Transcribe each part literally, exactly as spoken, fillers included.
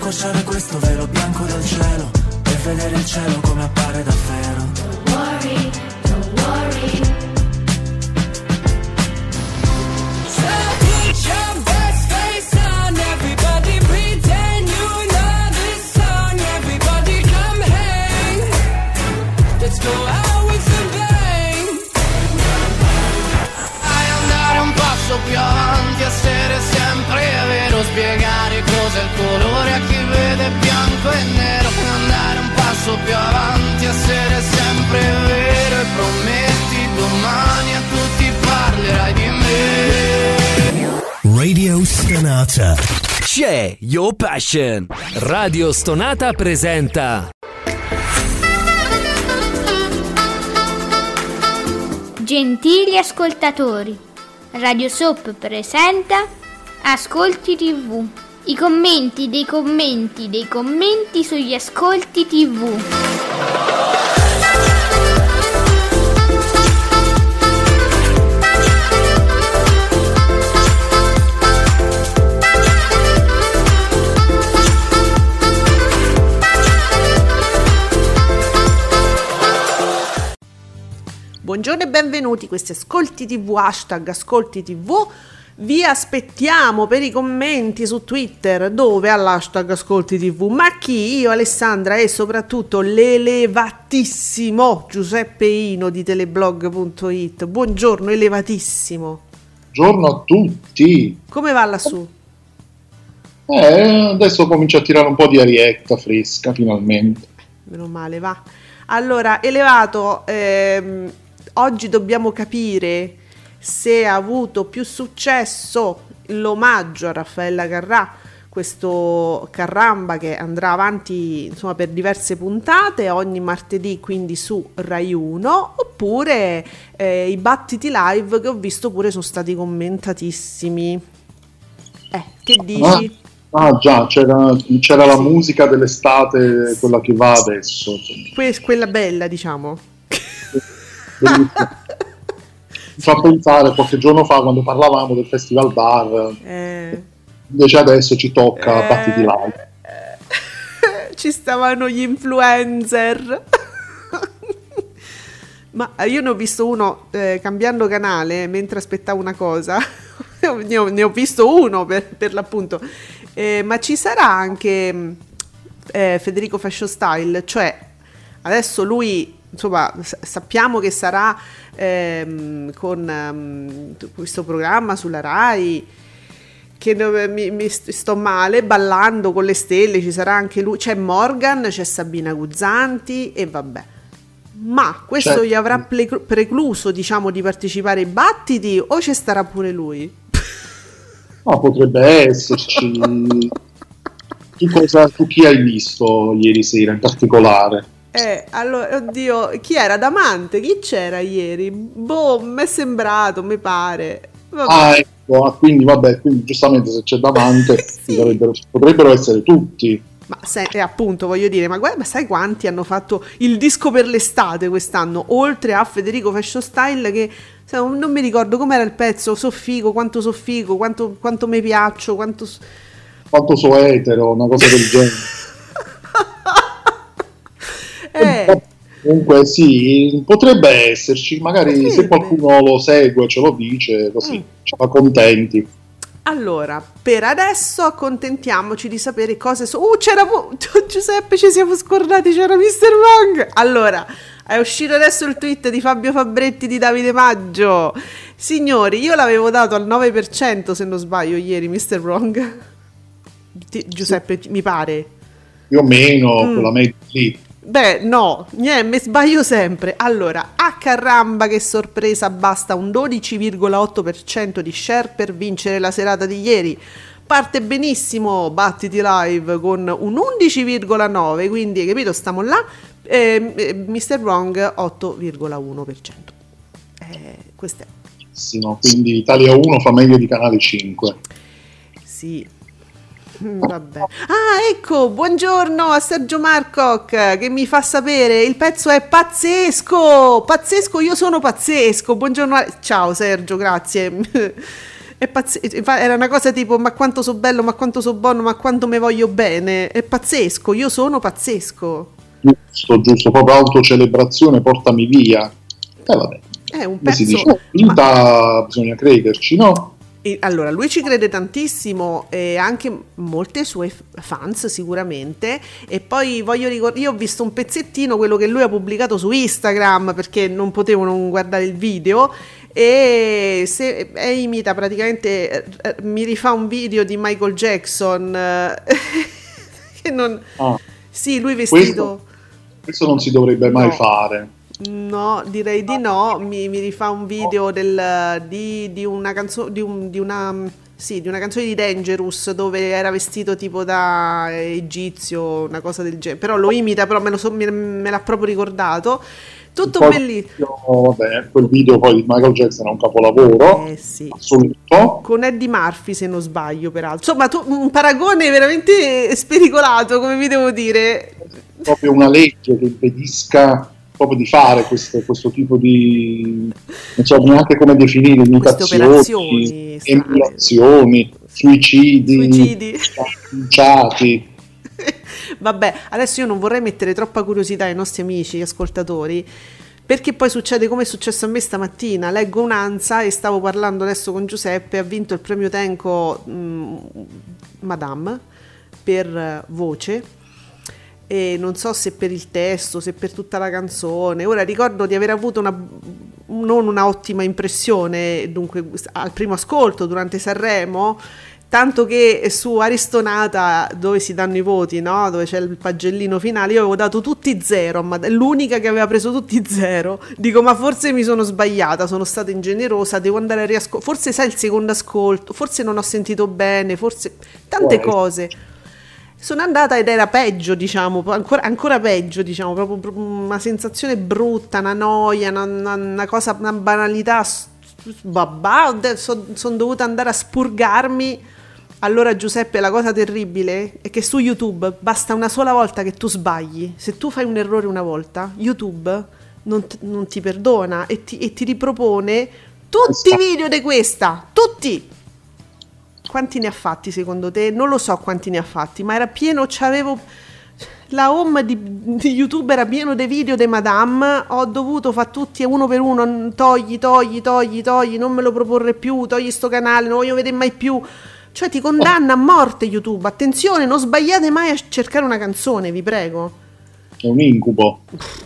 squarciare questo velo bianco del cielo e vedere il cielo come appare davvero. Don't worry, don't worry. So put your best face on, everybody pretend you know this song. Everybody come hang, let's go out with the bang. Dai andare un passo più avanti, essere sempre vero, spiegare cos'è il colore a chi vede bianco e nero. Andare un passo più avanti, essere sempre vero e prometti domani a tutti parlerai di me. Radio Stonata. C'è Your Passion. Radio Stonata presenta Gentili ascoltatori, Radio Soap presenta Ascolti tivù. I commenti dei commenti dei commenti sugli ascolti tivù. Buongiorno e benvenuti, questi Ascolti tivù, hashtag Ascolti tivù. Vi aspettiamo per i commenti su Twitter, dove all'hashtag Ascolti tivù. Ma chi? Io, Alessandra e soprattutto l'elevatissimo Giuseppe Ino di teleblog punto it. Buongiorno, elevatissimo. Buongiorno a tutti. Come va lassù? Eh, adesso comincia a tirare un po' di arietta fresca, finalmente. Meno male, va. Allora, elevato, ehm, oggi dobbiamo capire se ha avuto più successo l'omaggio a Raffaella Carrà, questo Carramba che andrà avanti insomma per diverse puntate ogni martedì, quindi su Rai uno, oppure eh, i battiti live che ho visto pure sono stati commentatissimi. Eh, che dici? Ah, ah già, c'era, c'era la musica dell'estate, quella che va adesso. Que- quella bella, diciamo. Bellissima. Mi fa pensare qualche giorno fa quando parlavamo del Festival Bar, eh, invece adesso ci tocca eh, battiti live. Eh, ci stavano gli influencer. Ma io ne ho visto uno eh, cambiando canale mentre aspettavo una cosa. ne, ho, ne ho visto uno per, per l'appunto. Eh, ma ci sarà anche eh, Federico Fashion Style, cioè adesso lui insomma s- sappiamo che sarà ehm, con ehm, questo programma sulla Rai che dove mi, mi sto male, ballando con le stelle, ci sarà anche lui, c'è Morgan, c'è Sabina Guzzanti e vabbè. Ma questo Certo. gli avrà ple- precluso, diciamo, di partecipare ai battiti o ci starà pure lui? No, potrebbe esserci. Tu, cosa, tu chi hai visto ieri sera in particolare? Eh, allora, oddio, chi era? Damante? Chi c'era ieri? Boh, mi è sembrato, mi pare. Vabbè. Ah, ecco, ah, quindi vabbè, quindi giustamente se c'è Damante Sì. potrebbero, potrebbero essere tutti. Ma se, eh, appunto, voglio dire, ma guarda, sai quanti hanno fatto il disco per l'estate quest'anno? Oltre a Federico Fashion Style che sai, non mi ricordo com'era il pezzo, soffico, quanto soffico, quanto, quanto mi piaccio, quanto... Quanto so etero, una cosa del genere. Eh, Comunque sì, potrebbe esserci, magari Potrebbe. se qualcuno lo segue, ce lo dice, così Mm. ci fa contenti. allora, per adesso accontentiamoci di sapere cose so- Uh, c'era pu- Giuseppe, ci siamo scordati, c'era mister Wrong. Allora, è uscito adesso il tweet di Fabio Fabretti di Davide Maggio. Signori, io l'avevo dato al nove per cento se non sbaglio ieri, mister Wrong. Ti- Giuseppe, mi pare. Più o meno, Mm. quella media lì. Beh, no, niente, mi sbaglio sempre. Allora, a caramba che sorpresa, basta un dodici virgola otto per cento di share per vincere la serata di ieri. Parte benissimo Battiti Live con un undici virgola nove, quindi capito, stiamo là. Eh, eh, mister Wrong otto virgola uno per cento. Eh, questo è. Benissimo, quindi Italia uno fa meglio di Canale cinque. Sì. Mm, Vabbè. Ah, ecco, buongiorno a Sergio Marcoc che mi fa sapere il pezzo è pazzesco, pazzesco, io sono pazzesco. Buongiorno, a- ciao Sergio, grazie. È pazz- era una cosa tipo ma quanto so bello, ma quanto so buono, ma quanto me voglio bene. È pazzesco, io sono pazzesco. Giusto, giusto, proprio autocelebrazione, portami via. E eh, vabbè. È un Come si pezzo. dice, vita, ma... bisogna crederci, no? E allora, lui ci crede tantissimo e anche molte sue fans sicuramente. E poi voglio ricordare, io ho visto un pezzettino, quello che lui ha pubblicato su Instagram, perché non potevo non guardare il video. E se e imita praticamente, eh, mi rifà un video di Michael Jackson eh, che non ah, sì, lui vestito questo, questo non si dovrebbe mai no, fare. no, direi di no. Mi, mi rifà un video del, di, di una canzone di, un, di una sì, di una canzone di Dangerous dove era vestito tipo da egizio, una cosa del genere, però lo imita, però me, lo so, me, me l'ha proprio ricordato. Tutto bellissimo. Vabbè, quel video poi di Michael Jackson è un capolavoro, eh, sì. assoluto. Con Eddie Murphy, se non sbaglio, peraltro. Insomma, tu, un paragone veramente spericolato, come vi devo dire. Proprio una legge che impedisca proprio di fare questo, questo tipo di, non so neanche come definire, imitazioni, emulazioni, suicidi, suicidi. Annunciati. Vabbè, adesso io non vorrei mettere troppa curiosità ai nostri amici, gli ascoltatori, perché poi succede come è successo a me stamattina. Leggo un'ansa e stavo parlando adesso con Giuseppe, ha vinto il premio Tenco mh, Madame per voce, e non so se per il testo, se per tutta la canzone. Ora ricordo di aver avuto una non una ottima impressione dunque al primo ascolto durante Sanremo, tanto che su Aristonata, dove si danno i voti, no? Dove c'è il pagellino finale, io avevo dato tutti zero, ma è l'unica che aveva preso tutti zero. Dico, ma forse mi sono sbagliata, sono stata ingenerosa, devo andare a riascoltare, forse sai il secondo ascolto, forse non ho sentito bene, forse tante Wow. cose. Sono andata ed era peggio, diciamo, ancora, ancora peggio, diciamo, proprio una sensazione brutta, una noia, una, una, una cosa, una banalità. Babà, sono son dovuta andare a spurgarmi. Allora Giuseppe, la cosa terribile è che su YouTube basta una sola volta che tu sbagli. Se tu fai un errore una volta, YouTube non, t- non ti perdona e ti, e ti ripropone tutti i video di questa, tutti. Quanti ne ha fatti secondo te? Non lo so quanti ne ha fatti, ma era pieno, c'avevo la home di, di YouTube era pieno dei video di Madame, ho dovuto fare tutti uno per uno, togli, togli, togli, togli, non me lo proporre più, togli sto canale, non voglio vedere mai più. Cioè ti condanna a morte YouTube. Attenzione, non sbagliate mai a cercare una canzone, vi prego. È un incubo.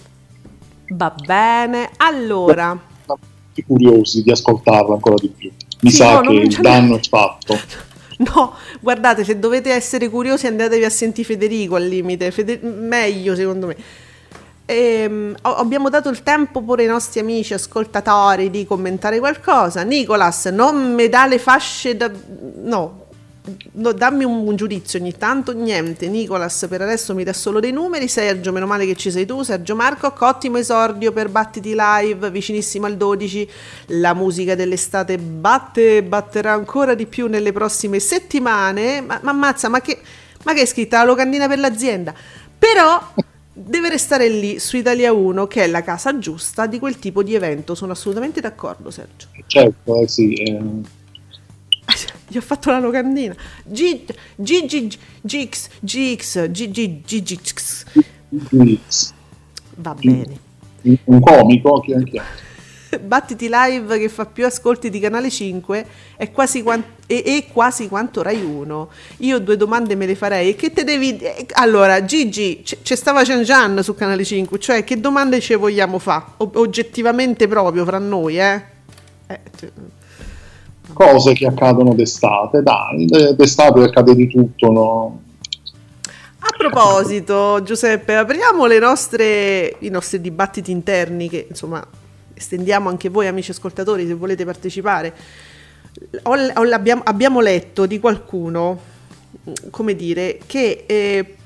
Va bene, allora Siamo curiosi di ascoltarla ancora di più. Mi sì, sa no, che il danno è fatto. No, guardate, se dovete essere curiosi andatevi a sentire Federico al limite, Fede- meglio secondo me. Ehm, abbiamo dato il tempo pure ai nostri amici ascoltatori di commentare qualcosa. Nicolas, non mi dà le fasce da... no, no dammi un, un giudizio ogni tanto. Niente, Nicolas per adesso mi dà solo dei numeri. Sergio, meno male che ci sei tu. Sergio Marco, ottimo esordio per Battiti Live, vicinissimo al dodici. La musica dell'estate batte, batterà ancora di più nelle prossime settimane. Ma, ma ammazza, ma che, ma che è scritta la locandina per l'azienda? Però deve restare lì su Italia uno, che è la casa giusta di quel tipo di evento. Sono assolutamente d'accordo, Sergio. Certo, eh, sì. Eh. Gli ho fatto la locandina. G G G Gx Gx G G G Gx. Va bene. Un comico che anche Battiti Live che fa più ascolti di Canale cinque è quasi quanto, è, è quasi quanto Rai uno. Io due domande me le farei. E che te devi allora Gigi, c- c'è stava Gian Gian su Canale cinque, cioè che domande ci vogliamo fare o- oggettivamente proprio fra noi, eh? eh t- cose che accadono d'estate, dai, d'estate accade di tutto, no? A proposito, Giuseppe, apriamo le nostre i nostri dibattiti interni, che insomma estendiamo anche voi amici ascoltatori se volete partecipare. Ho, ho, abbiamo, abbiamo letto di qualcuno, come dire, che eh,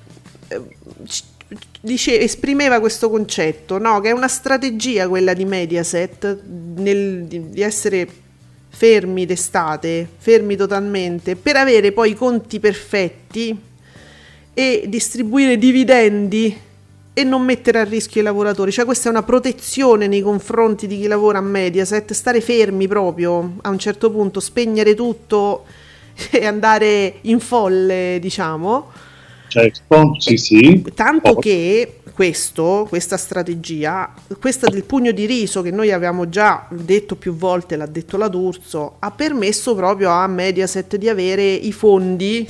dice, esprimeva questo concetto, no? Che è una strategia quella di Mediaset nel, di, di essere fermi d'estate, fermi totalmente, per avere poi i conti perfetti e distribuire dividendi e non mettere a rischio i lavoratori, cioè questa è una protezione nei confronti di chi lavora a Mediaset, stare fermi proprio a un certo punto, spegnere tutto e andare in folle, diciamo. Certo, sì, sì. Tanto oh. che questo, questa strategia, questa del pugno di riso che noi avevamo già detto più volte, l'ha detto la D'Urso, ha permesso proprio a Mediaset di avere i fondi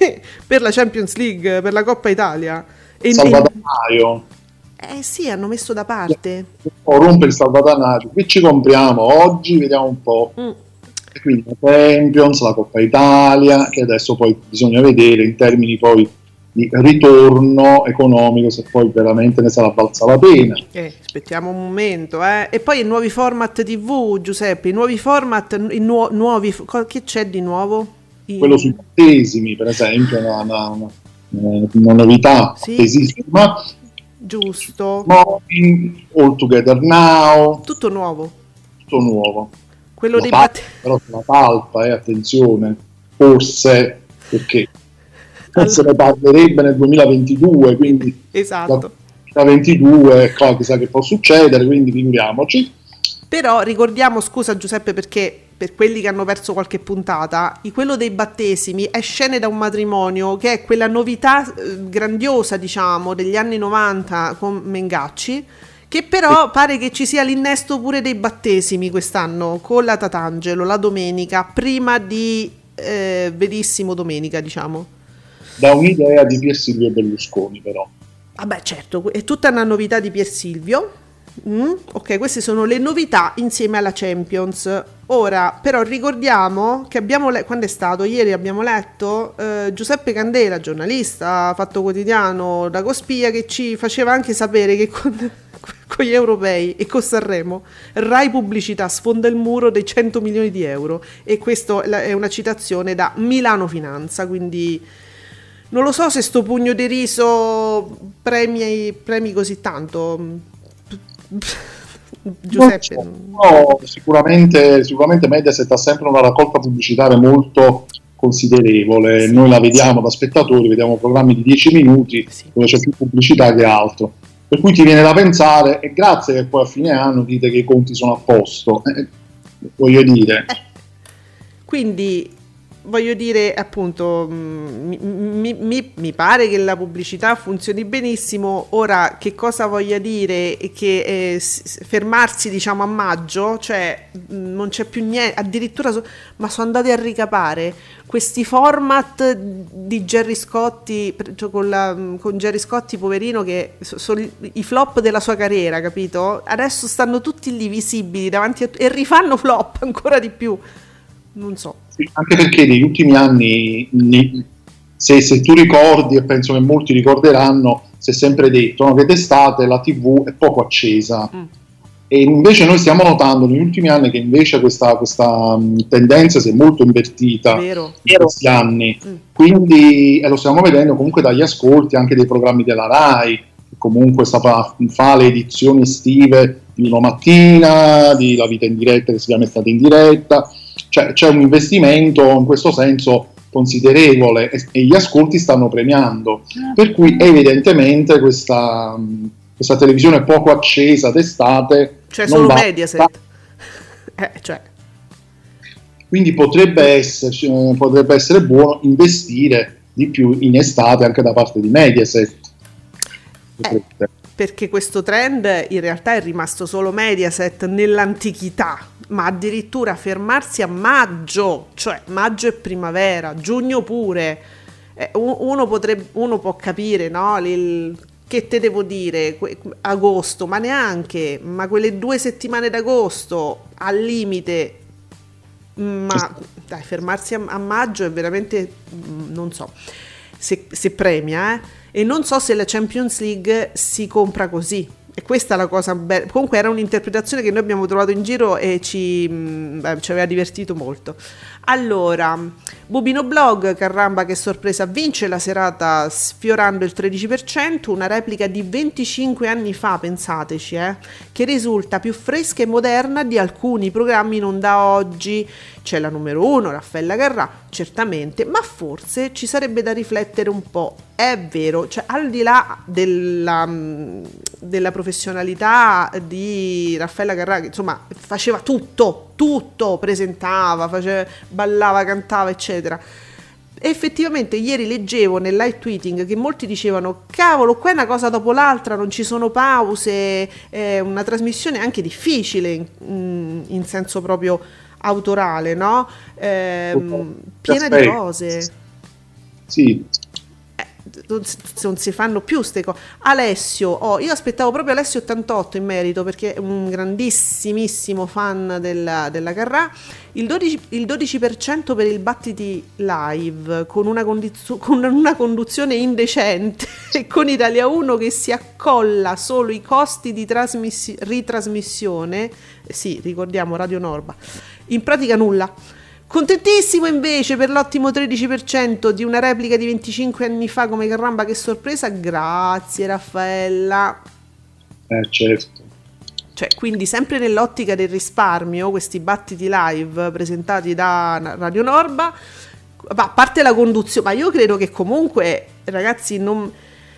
per la Champions League, per la Coppa Italia. E Salvadanaio. Eh sì, hanno messo da parte. O rompe il salvadanaio. Qui ci compriamo oggi, vediamo un po'. Mm. E quindi la Champions, la Coppa Italia, che adesso poi bisogna vedere in termini poi di ritorno economico, se poi veramente ne sarà valsa la pena. Eh, aspettiamo un momento, eh. E poi i nuovi format tivù, Giuseppe, i nuovi format, i nu- nuovi, che c'è di nuovo? I... Quello sui battesimi, per esempio, una, una, una, una novità sì. battesissima. Giusto. Nuovi, All Together Now. Tutto nuovo. Tutto nuovo. Quello la dei palpa, battesimi. Però la palpa, eh, attenzione, forse, perché se ne parlerebbe nel duemilaventidue, quindi esatto. duemilaventidue, qua chissà che può succedere, quindi figuriamoci. Però ricordiamo, scusa Giuseppe, perché per quelli che hanno perso qualche puntata, quello dei battesimi è Scene da un matrimonio, che è quella novità eh, grandiosa, diciamo, degli anni novanta con Mengacci, che però sì. pare che ci sia l'innesto pure dei battesimi quest'anno con la Tatangelo, la domenica, prima di eh, Verissimo Domenica, diciamo. Da un'idea di Pier Silvio Berlusconi, però. Vabbè, certo, è tutta una novità di Pier Silvio. Mm, ok, queste sono le novità insieme alla Champions. Ora, però, ricordiamo che abbiamo le- quando è stato? Ieri abbiamo letto eh, Giuseppe Candela, giornalista, Fatto Quotidiano da Cospia, che ci faceva anche sapere che con, con gli europei e con Sanremo Rai Pubblicità sfonda il muro dei cento milioni di euro. E questa è una citazione da Milano Finanza, quindi non lo so se sto pugno di riso premi, premi così tanto. Giuseppe. No, no, sicuramente, sicuramente Mediaset ha sempre una raccolta pubblicitaria molto considerevole. Sì, noi la vediamo sì. da spettatori, vediamo programmi di dieci minuti sì. dove c'è più pubblicità che altro. Per cui ti viene da pensare, e grazie che poi a fine anno dite che i conti sono a posto. Eh, voglio dire. Eh. Quindi voglio dire, appunto, mi, mi, mi, mi pare che la pubblicità funzioni benissimo. Ora, che cosa voglia dire? Che eh, fermarsi, diciamo, a maggio, cioè non c'è più niente, addirittura, so, ma sono andati a ricapare questi format di Gerry Scotti, cioè con, la, con Gerry Scotti, poverino, che sono i flop della sua carriera, capito? Adesso stanno tutti lì visibili davanti a, e rifanno flop ancora di più. Non so. Anche perché negli ultimi anni, se, se tu ricordi, e penso che molti ricorderanno, si è sempre detto no, che d'estate la tivù è poco accesa. Mm. E invece noi stiamo notando negli ultimi anni che invece questa, questa um, tendenza si è molto invertita Vero. in questi anni. Mm. Quindi e lo stiamo vedendo comunque dagli ascolti anche dei programmi della Rai, che comunque sta, fa le edizioni estive di Uno Mattina, di La Vita in Diretta che si chiama Estate in Diretta. Cioè, c'è un investimento in questo senso considerevole e, e gli ascolti stanno premiando, per cui evidentemente questa, questa televisione poco accesa d'estate, cioè solo Mediaset, eh, cioè. Quindi potrebbe essere, potrebbe essere buono investire di più in estate anche da parte di Mediaset. Eh, perché questo trend in realtà è rimasto solo Mediaset nell'antichità, ma addirittura fermarsi a maggio, cioè maggio e primavera, giugno pure, eh, uno, potrebbe, uno può capire, no? Il, che te devo dire, que, agosto, ma neanche, ma quelle due settimane d'agosto al limite, ma dai, fermarsi a, a maggio è veramente, non so, se, se premia, eh? E non so se la Champions League si compra così. E questa è la cosa bella. Comunque era un'interpretazione che noi abbiamo trovato in giro e ci, beh, ci aveva divertito molto. Allora, Bubino Blog, caramba che sorpresa, vince la serata sfiorando il tredici per cento, una replica di venticinque anni fa, pensateci, eh, che risulta più fresca e moderna di alcuni programmi in onda oggi. c'è la numero uno, Raffaella Carrà, certamente, ma forse ci sarebbe da riflettere un po'. È vero, cioè al di là della, della professionalità di Raffaella Carrà, che insomma faceva tutto, tutto, presentava, faceva, ballava, cantava, eccetera. Effettivamente ieri leggevo nel live tweeting che molti dicevano cavolo, qua è una cosa dopo l'altra, non ci sono pause, è una trasmissione anche difficile in, in senso proprio autorale, no? Ehm, piena di cose. Sì. Non si, non si fanno più ste cose. Alessio, oh, io aspettavo proprio Alessio ottantotto in merito, perché è un grandissimissimo fan della, della Carrà. Il dodici, il dodici per cento per il Battiti Live con una, condizio, con una conduzione indecente e con Italia uno che si accolla solo i costi di trasmissi, ritrasmissione. Sì, ricordiamo Radio Norba, in pratica nulla. Contentissimo invece per l'ottimo tredici per cento di una replica di venticinque anni fa come Carramba, che sorpresa. Grazie Raffaella. Eh certo. Cioè, quindi sempre nell'ottica del risparmio, questi battiti live presentati da Radio Norba, ma a parte la conduzione, ma io credo che comunque, ragazzi, non,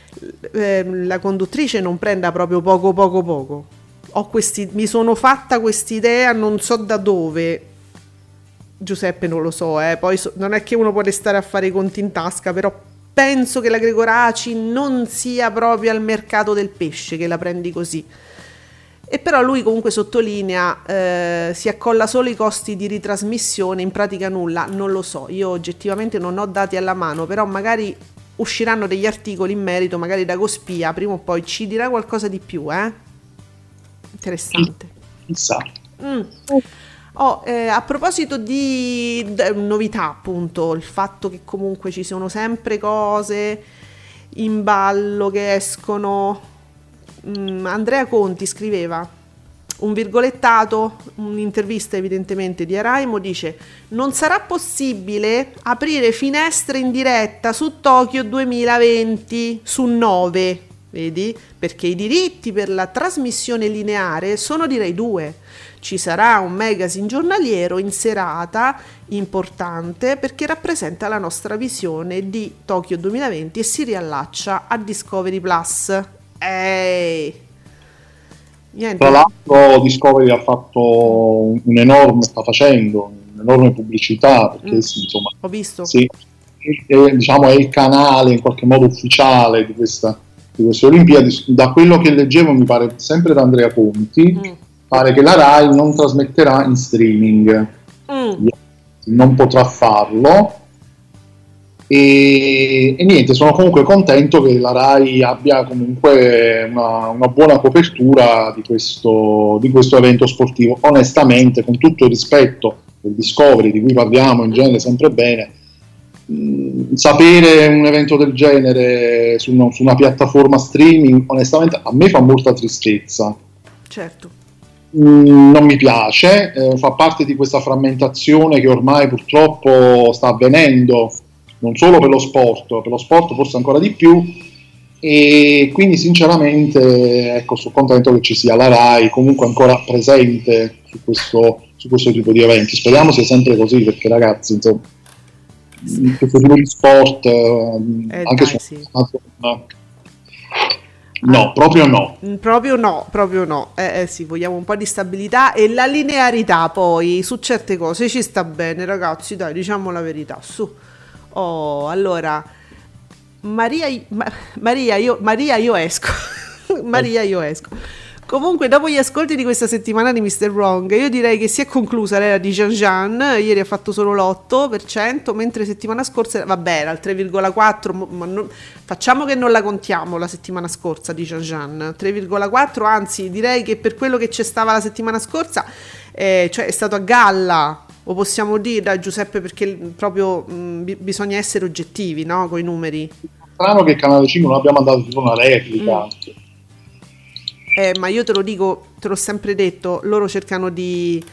eh, la conduttrice non prenda proprio poco poco poco. Ho questi, mi sono fatta quest'idea, non so da dove. Giuseppe non lo so, eh. Poi so, non è che uno può restare a fare i conti in tasca, però penso che la Gregoraci non sia proprio al mercato del pesce che la prendi così. E però lui comunque sottolinea, eh, si accolla solo i costi di ritrasmissione, in pratica nulla, non lo so, io oggettivamente non ho dati alla mano, però magari usciranno degli articoli in merito, magari da Cospia, prima o poi ci dirà qualcosa di più, eh? Interessante. Chissà. Mm. Oh, eh, a proposito di d- novità, appunto, il fatto che comunque ci sono sempre cose in ballo che escono. Mm, Andrea Conti scriveva un virgolettato, un'intervista evidentemente di Araimo, dice: non sarà possibile aprire finestre in diretta su Tokyo duemilaventi su nove, vedi? Perché i diritti per la trasmissione lineare sono di Rai due. Ci sarà un magazine giornaliero in serata importante perché rappresenta la nostra visione di Tokyo duemilaventi e si riallaccia a Discovery Plus. Ehi, niente. Tra l'altro Discovery ha fatto un enorme, sta facendo un'enorme pubblicità perché Mm. sì, insomma, Ho visto. sì, è, diciamo, è il canale in qualche modo ufficiale di questa di queste Olimpiadi. Da quello che leggevo, mi pare sempre da Andrea Conti, Mm. pare che la Rai non trasmetterà in streaming, Mm. non potrà farlo. E, e niente, sono comunque contento che la Rai abbia comunque una, una buona copertura di questo, di questo evento sportivo. Onestamente, con tutto il rispetto del Discovery, di cui parliamo in genere sempre bene, mh, sapere un evento del genere su una, su una piattaforma streaming, onestamente a me fa molta tristezza. Certo. Mm, non mi piace, eh, fa parte di questa frammentazione che ormai purtroppo sta avvenendo non solo per lo sport, per lo sport forse ancora di più, e quindi sinceramente ecco, sono contento che ci sia la Rai comunque ancora presente su questo, su questo tipo di eventi. Speriamo sia sempre così, perché ragazzi, insomma, questo tipo di sport eh, Eh, anche dai, su sì. no, no, proprio no. Mm, Proprio no, proprio no. Eh, eh sì, vogliamo un po' di stabilità e la linearità poi su certe cose ci sta bene, ragazzi, dai, diciamo la verità, su. Oh, allora Maria, Ma- Maria, io, Maria, io esco. Maria, io esco. Comunque, dopo gli ascolti di questa settimana di mister Wrong, io direi che si è conclusa l'era di Jean Jean. Ieri ha fatto solo l'otto per cento, mentre settimana scorsa, vabbè, era il tre virgola quattro, ma non, facciamo che non la contiamo la settimana scorsa di Jean Jean. tre virgola quattro, anzi, direi che per quello che c'è stava la settimana scorsa, eh, cioè è stato a galla. O possiamo dire, Giuseppe, perché proprio mh, bi- bisogna essere oggettivi, no? Con i numeri. Strano che Canale cinque non abbia mandato tipo una replica. Mm. Eh, ma io te lo dico, te l'ho sempre detto, loro cercano di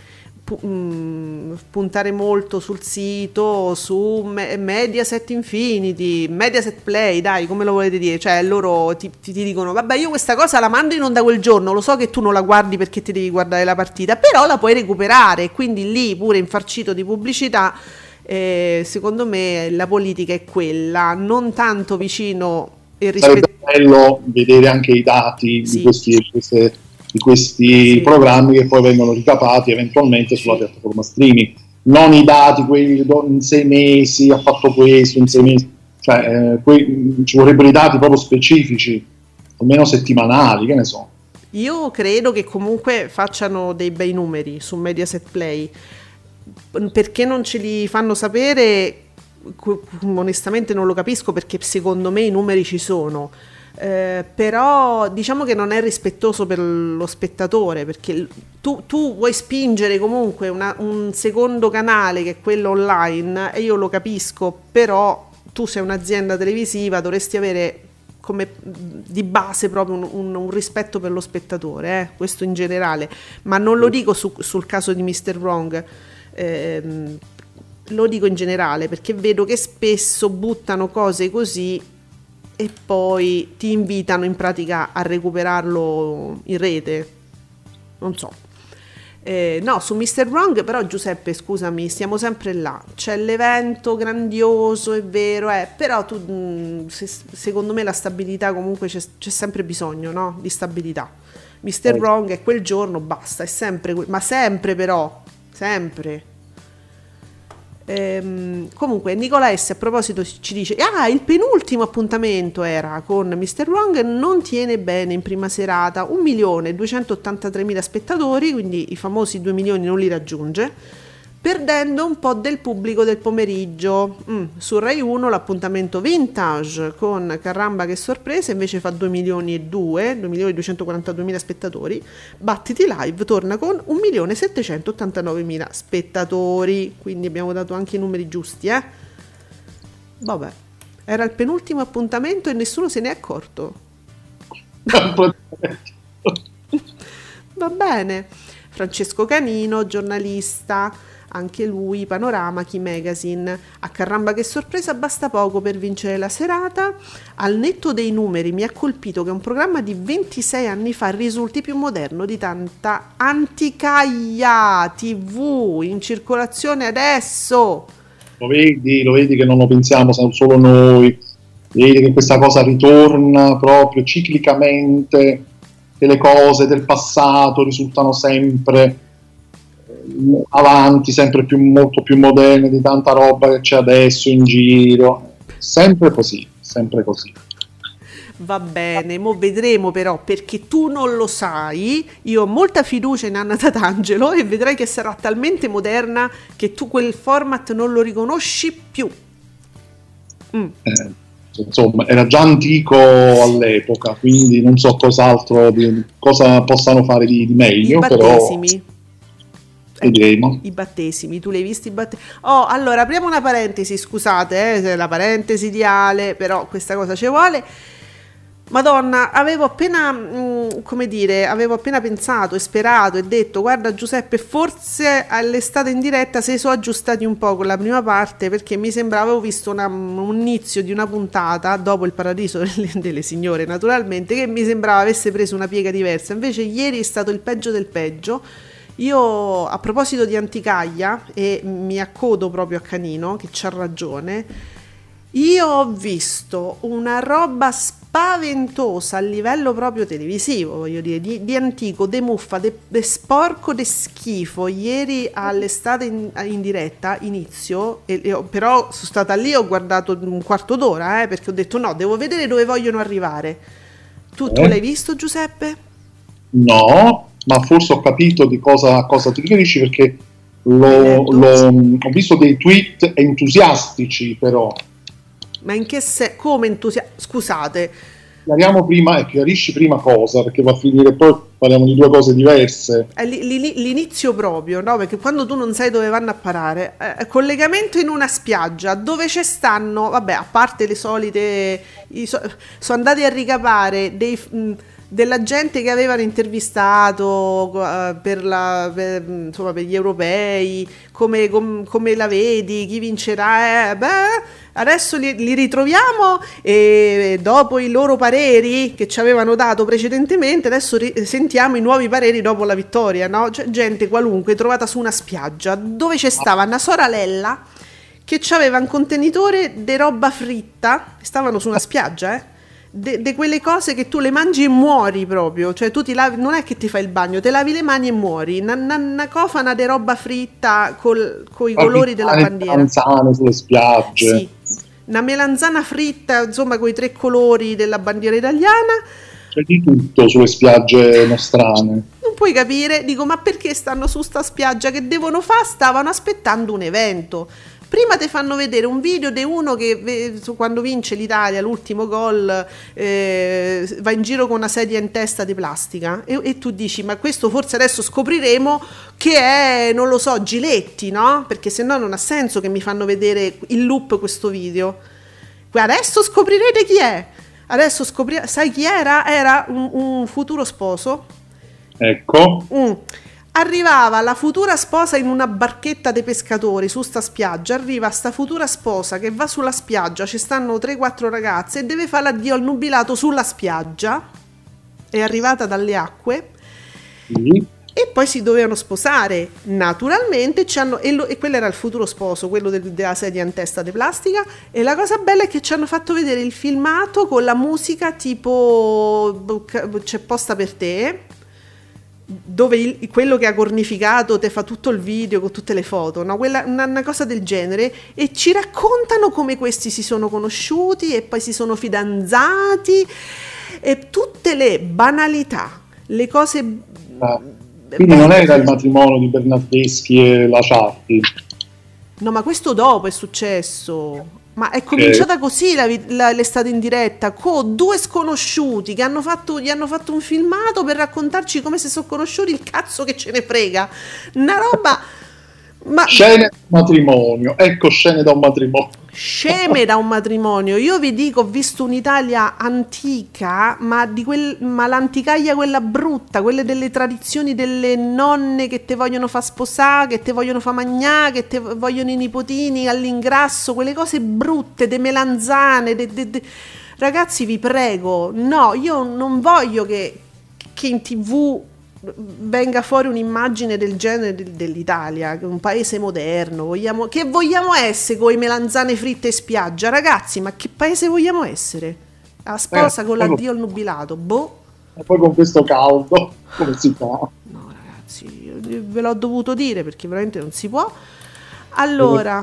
pu- mh, puntare molto sul sito, su me- Mediaset Infinity, Mediaset Play, dai, come lo volete dire, cioè loro ti, ti, ti dicono vabbè, io questa cosa la mando in onda quel giorno, lo so che tu non la guardi perché ti devi guardare la partita, però la puoi recuperare, quindi lì pure infarcito di pubblicità. Eh, secondo me la politica è quella, non tanto vicino e rispetto. Sarebbe bello vedere anche i dati Sì. di questi, di queste, di questi Sì. programmi che poi vengono ricapati eventualmente sulla Sì. piattaforma streaming, non i dati quelli in sei mesi ha fatto questo, in sei mesi, cioè eh, que- ci vorrebbero i dati proprio specifici, almeno settimanali, che ne so. Io credo che comunque facciano dei bei numeri su Mediaset Play. Perché non ce li fanno sapere? Onestamente non lo capisco, perché secondo me i numeri ci sono, eh, però diciamo che non è rispettoso per lo spettatore, perché tu, tu vuoi spingere comunque una, un secondo canale che è quello online, e io lo capisco, però tu sei un'azienda televisiva, dovresti avere come di base proprio un, un, un rispetto per lo spettatore, eh? Questo in generale, ma non lo dico su, sul caso di mister Wrong. Ehm, lo dico in generale, perché vedo che spesso buttano cose così e poi ti invitano in pratica a recuperarlo in rete, non so. Eh, no, su mister Wrong però, Giuseppe, scusami, stiamo sempre là, c'è l'evento grandioso, è vero, eh, però tu, mh, se, secondo me la stabilità comunque c'è, c'è sempre bisogno, no? Di stabilità. mister Oh. Wrong è quel giorno, basta, è sempre, que- ma sempre però, sempre. Ehm, comunque Nicola S a proposito ci dice: ah, il penultimo appuntamento era con mister Wrong, non tiene bene in prima serata, un milione duecentottantatremila spettatori, quindi i famosi due milioni non li raggiunge, perdendo un po' del pubblico del pomeriggio. mm, su Rai uno l'appuntamento vintage con Carramba che sorpresa invece fa due milioni e due, due milioni duecentoquarantadue spettatori. Battiti Live torna con un milione settecentottantanovemila spettatori, quindi abbiamo dato anche i numeri giusti, eh? Vabbè, era il penultimo appuntamento e nessuno se ne è accorto. Va bene. Francesco Canino, giornalista, anche lui, Panorama, Chi Magazine. A Carramba che sorpresa, basta poco per vincere la serata. Al netto dei numeri mi ha colpito che un programma di ventisei anni fa risulti più moderno di tanta anticaia tivù in circolazione adesso. Lo vedi, lo vedi che non lo pensiamo solo noi, vedi che questa cosa ritorna proprio ciclicamente, che le cose del passato risultano sempre avanti, sempre più, molto più moderne di tanta roba che c'è adesso in giro, sempre così, sempre così. Va bene, mo vedremo però, perché tu non lo sai, io ho molta fiducia in Anna Tatangelo e vedrai che sarà talmente moderna che tu quel format non lo riconosci più. Mm. Eh, insomma, era già antico all'epoca, quindi non so cos'altro, di, cosa possano fare di, di meglio, I battesimi. però vedremo. I battesimi, tu li hai visti i battesimi? Oh, allora apriamo una parentesi, scusate, eh, la parentesi di Ale, però questa cosa ci vuole. Madonna, avevo appena, mh, come dire, avevo appena pensato e sperato e detto: guarda Giuseppe, forse all'estate in diretta si sono aggiustati un po' con la prima parte, perché mi sembrava, avevo visto una, un inizio di una puntata dopo il paradiso delle, delle signore, naturalmente, che mi sembrava avesse preso una piega diversa. Invece ieri è stato il peggio del peggio. Io, a proposito di anticaia, e mi accodo proprio a Canino che c'ha ragione, io ho visto una roba spaventosa a livello proprio televisivo, voglio dire, di, di antico, de muffa, de, de sporco, de schifo. Ieri all'estate in, in diretta, inizio, e, e ho, però sono stata lì, ho guardato un quarto d'ora, eh, perché ho detto no, devo vedere dove vogliono arrivare. Tu, tu Eh? l'hai visto, Giuseppe? No, ma forse ho capito di cosa, cosa ti riferisci, perché lo, lo, ho visto dei tweet entusiastici, però. Ma in che senso? Come entusiasmo? Scusate, chiariamo prima e chiarisci prima cosa, perché va a finire poi parliamo di due cose diverse. È l'inizio proprio, no? Perché quando tu non sai dove vanno a parare, eh, collegamento in una spiaggia dove ci stanno, vabbè, a parte le solite, i so, sono andati a ricavare dei, mh, della gente che avevano intervistato uh, per, la, per, insomma, per gli europei, come, com, come la vedi, chi vincerà, eh, beh, adesso li, li ritroviamo e dopo i loro pareri che ci avevano dato precedentemente, adesso ri- sentiamo i nuovi pareri dopo la vittoria, no? Cioè, gente qualunque trovata su una spiaggia dove c'è stava una sorella che aveva un contenitore di roba fritta, stavano su una spiaggia, eh? De, quelle cose che tu le mangi e muori proprio, cioè tu ti lavi, non è che ti fai il bagno, te lavi le mani e muori, una, una, una cofana di roba fritta col, con i colori della bandiera, melanzane sulle spiagge, sì, una melanzana fritta, insomma, con i tre colori della bandiera italiana. C'è di tutto sulle spiagge nostrane. Non puoi capire, dico, ma perché stanno su sta spiaggia? Che devono fare? Stavano aspettando un evento. Prima ti fanno vedere un video di uno che quando vince l'Italia l'ultimo gol eh, va in giro con una sedia in testa di plastica e, e tu dici, ma questo forse adesso scopriremo che è, non lo so, Giletti, no? Perché se no non ha senso che mi fanno vedere in loop questo video. Adesso scoprirete chi è. Adesso scoprirete, sai chi era? Era un, un futuro sposo. Ecco. Mm. Arrivava la futura sposa in una barchetta dei pescatori su sta spiaggia, arriva sta futura sposa che va sulla spiaggia, ci stanno tre quattro ragazze e deve fare l'addio al nubilato sulla spiaggia, è arrivata dalle acque, sì. E poi si dovevano sposare, naturalmente, c'hanno, e, lo, e quello era il futuro sposo, quello del, della sedia in testa di plastica, e la cosa bella è che ci hanno fatto vedere il filmato con la musica tipo C'è posta per te, dove il, quello che ha cornificato te fa tutto il video con tutte le foto, no? Quella, una, una cosa del genere, e ci raccontano come questi si sono conosciuti e poi si sono fidanzati e tutte le banalità, le cose. Ah, quindi non era il matrimonio di Bernardeschi e la Ciardi? No, ma questo dopo è successo. Ma è cominciata eh. così la, la, l'estate in diretta, con due sconosciuti che hanno fatto, gli hanno fatto un filmato per raccontarci come si sono conosciuti, il cazzo che ce ne frega. Una roba. Ma... Scene da un matrimonio, ecco, scene da un matrimonio. Sceme da un matrimonio. Io vi dico, ho visto un'Italia antica, ma di quel, ma l'anticaglia quella brutta, quelle delle tradizioni delle nonne che te vogliono far sposare, che te vogliono far magnà, che te vogliono i nipotini all'ingrasso, quelle cose brutte, de melanzane, de, de, de... Ragazzi, vi prego, no, io non voglio che, che in tv venga fuori un'immagine del genere dell'Italia, un paese moderno. Vogliamo, che vogliamo essere con i melanzane fritte in spiaggia? Ragazzi, ma che paese vogliamo essere? La sposa eh, con l'addio al nubilato, boh. E poi con questo caldo, come si fa? No ragazzi, ve l'ho dovuto dire perché veramente non si può. Allora,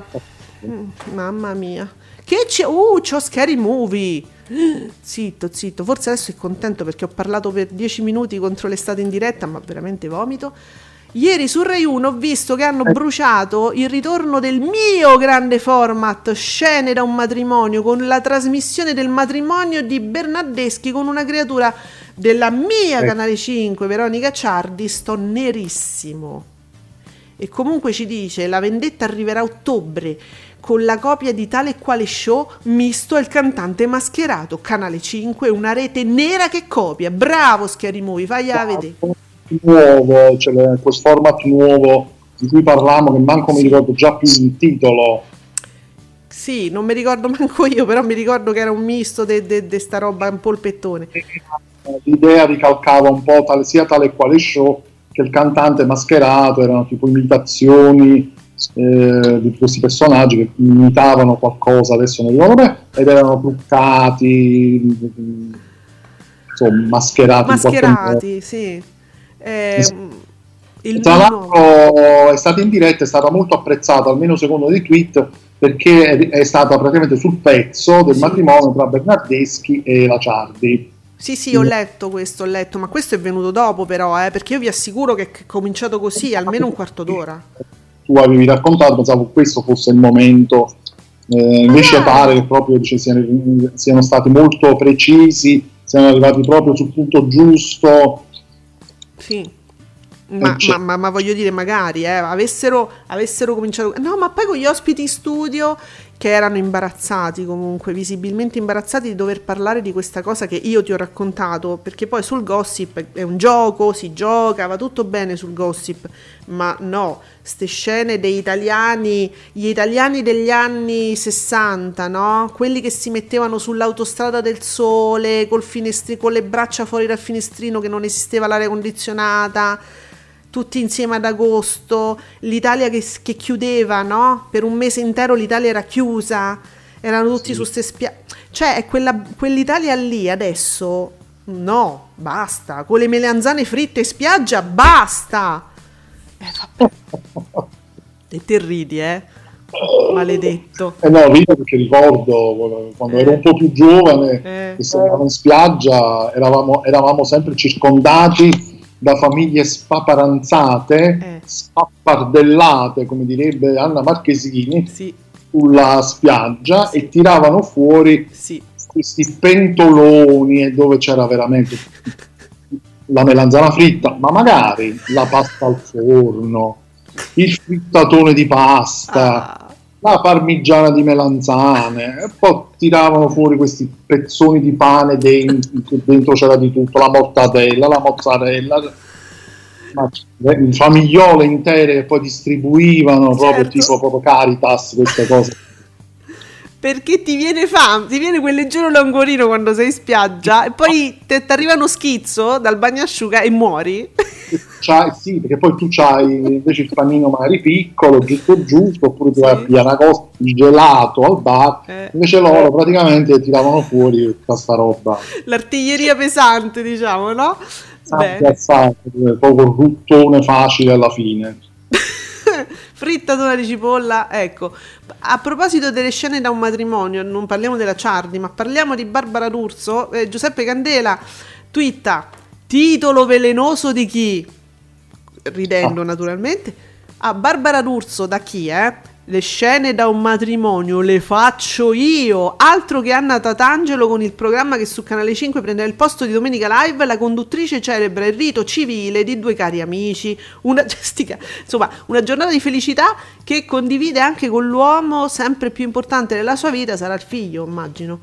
mamma mia, che c'è? Uh, c'ho Scary Movie. Zitto, zitto, forse adesso è contento perché ho parlato per dieci minuti contro l'estate in diretta, ma veramente vomito. Ieri su Rai uno ho visto che hanno bruciato il ritorno del mio grande format Scene da un matrimonio, con la trasmissione del matrimonio di Bernardeschi con una creatura della mia eh. Canale cinque, Veronica Ciardi. Sto nerissimo. E comunque ci dice: la vendetta arriverà a ottobre con la copia di tale e quale show misto al cantante mascherato. Canale cinque, una rete nera che copia. Bravo Scary Movie, fai a vedere. Nuovo, cioè questo format nuovo di cui parliamo, che manco mi ricordo già più il titolo. Sì, non mi ricordo manco io, però mi ricordo che era un misto di sta roba, un polpettone. L'idea ricalcava un po' tale, sia tale e quale show che il cantante mascherato, erano tipo imitazioni Eh, di questi personaggi che imitavano qualcosa, adesso non ricordo bene, ed erano truccati, insomma mascherati mascherati sì eh, il tra l'altro è stata in diretta, è stata molto apprezzata, almeno secondo dei tweet, perché è, è stata praticamente sul pezzo del sì. matrimonio tra Bernardeschi e la Ciardi. Sì, sì, ho letto questo, ho letto, ma questo è venuto dopo però, eh, perché io vi assicuro che è cominciato così, almeno un quarto d'ora. Tu avevi raccontato, pensavo questo fosse il momento, eh, invece ah, pare che proprio cioè, siano, siano stati molto precisi, siamo arrivati proprio sul punto giusto. Sì. Ma, ma, ma, ma voglio dire, magari eh, avessero, avessero cominciato. No, ma poi con gli ospiti in studio che erano imbarazzati, comunque, visibilmente imbarazzati di dover parlare di questa cosa che io ti ho raccontato. Perché poi sul gossip è un gioco, si gioca, va tutto bene sul gossip. Ma no, ste scene dei italiani, gli italiani degli anni sessanta, no? Quelli che si mettevano sull'autostrada del sole col finestri- con le braccia fuori dal finestrino, che non esisteva l'aria condizionata, tutti insieme ad agosto, l'Italia che, che chiudeva, no? Per un mese intero l'Italia era chiusa, erano tutti sì. su ste spiagge. Cioè, è quella, quell'Italia lì adesso, no, basta. Con le melanzane fritte in spiaggia, basta. Eh, vabbè. E te ridi, eh? Maledetto. Eh no, rido perché ricordo quando eh. ero un po' più giovane, eh. che stavamo in spiaggia, eravamo, eravamo sempre circondati da famiglie spaparanzate, eh. spappardellate, come direbbe Anna Marchesini, sì. sulla spiaggia, sì. e tiravano fuori sì. questi pentoloni, e dove c'era veramente la melanzana fritta, ma magari la pasta al forno, il frittatone di pasta, ah. la parmigiana di melanzane, e poi tiravano fuori questi pezzoni di pane dentro, dentro c'era di tutto, la mortadella, la mozzarella, famigliole intere che poi distribuivano, certo. proprio tipo proprio Caritas, queste cose. Perché ti viene fame, ti viene quel leggero languorino quando sei in spiaggia e poi ti arriva uno schizzo dal bagnasciuga e muori. C'hai, sì, perché poi tu c'hai invece il panino magari piccolo, giusto giusto, oppure ti vai sì. a pigliare una cosa, il gelato al bar, eh. invece loro praticamente tiravano fuori tutta sta roba. L'artiglieria pesante, diciamo, no? Piazzato, proprio ruttone facile alla fine. Frittatura di cipolla, ecco. A proposito delle scene da un matrimonio, non parliamo della Ciardi, ma parliamo di Barbara D'Urso. eh, Giuseppe Candela twitta: titolo velenoso di chi? Ridendo ah. naturalmente. A ah, Barbara D'Urso da chi, eh? Le scene da un matrimonio le faccio io, altro che Anna Tatangelo con il programma che su Canale cinque prenderà il posto di Domenica Live. La conduttrice celebra il rito civile di due cari amici, una, insomma, una giornata di felicità che condivide anche con l'uomo sempre più importante della sua vita, sarà il figlio, immagino.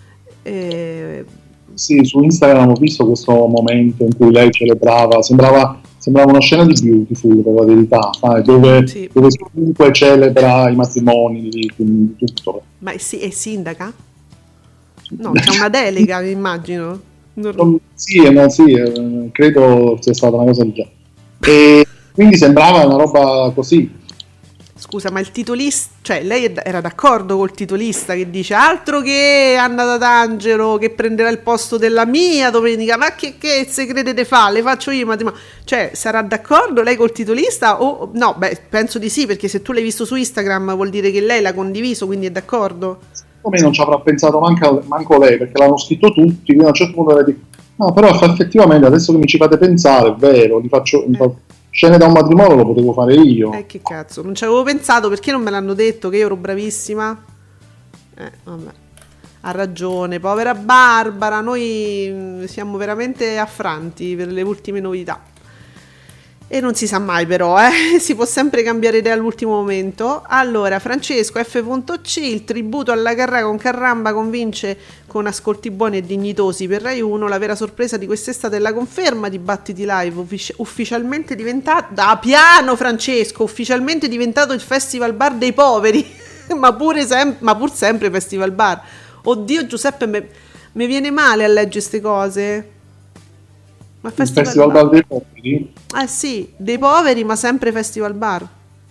E... Sì, su Instagram ho visto questo momento in cui lei celebrava, sembrava sembrava una scena di Beautiful, per la verità, sai, dove, sì. dove comunque celebra i matrimoni di, di tutto. Ma è, è sindaca? No, c'è una delega, mi immagino. Non... Sì, no, sì, eh, credo sia stata una cosa di già. E quindi sembrava una roba così. Scusa, ma il titolista, cioè lei era d'accordo col titolista che dice altro che Anna Tatangelo che prenderà il posto della mia domenica, ma che, che se credete fa, le faccio io, ma, ma cioè sarà d'accordo lei col titolista o no? Beh, penso di sì, perché se tu l'hai visto su Instagram vuol dire che lei l'ha condiviso, quindi è d'accordo. Secondo me non ci avrà pensato manco, manco lei, perché l'hanno scritto tutti, quindi a un certo punto lei dice, no, però effettivamente adesso che mi ci fate pensare, è vero, li faccio... Eh. Scene da un matrimonio lo potevo fare io. Eh, che cazzo, non ci avevo pensato, perché non me l'hanno detto che io ero bravissima? Eh, vabbè. Ha ragione, povera Barbara, noi siamo veramente affranti per le ultime novità. E non si sa mai però, eh? Si può sempre cambiare idea all'ultimo momento. Allora, Francesco F C, il tributo alla Carrà con Carramba convince con ascolti buoni e dignitosi per Rai uno. La vera sorpresa di quest'estate è la conferma di Battiti Live, uffic- ufficialmente diventato, da piano Francesco, ufficialmente diventato il Festival Bar dei poveri, ma, pure sem- ma pur sempre Festival Bar. Oddio Giuseppe, mi viene male a leggere queste cose. Ma Festival, festival bar. bar dei poveri? Eh sì, dei poveri, ma sempre Festival Bar.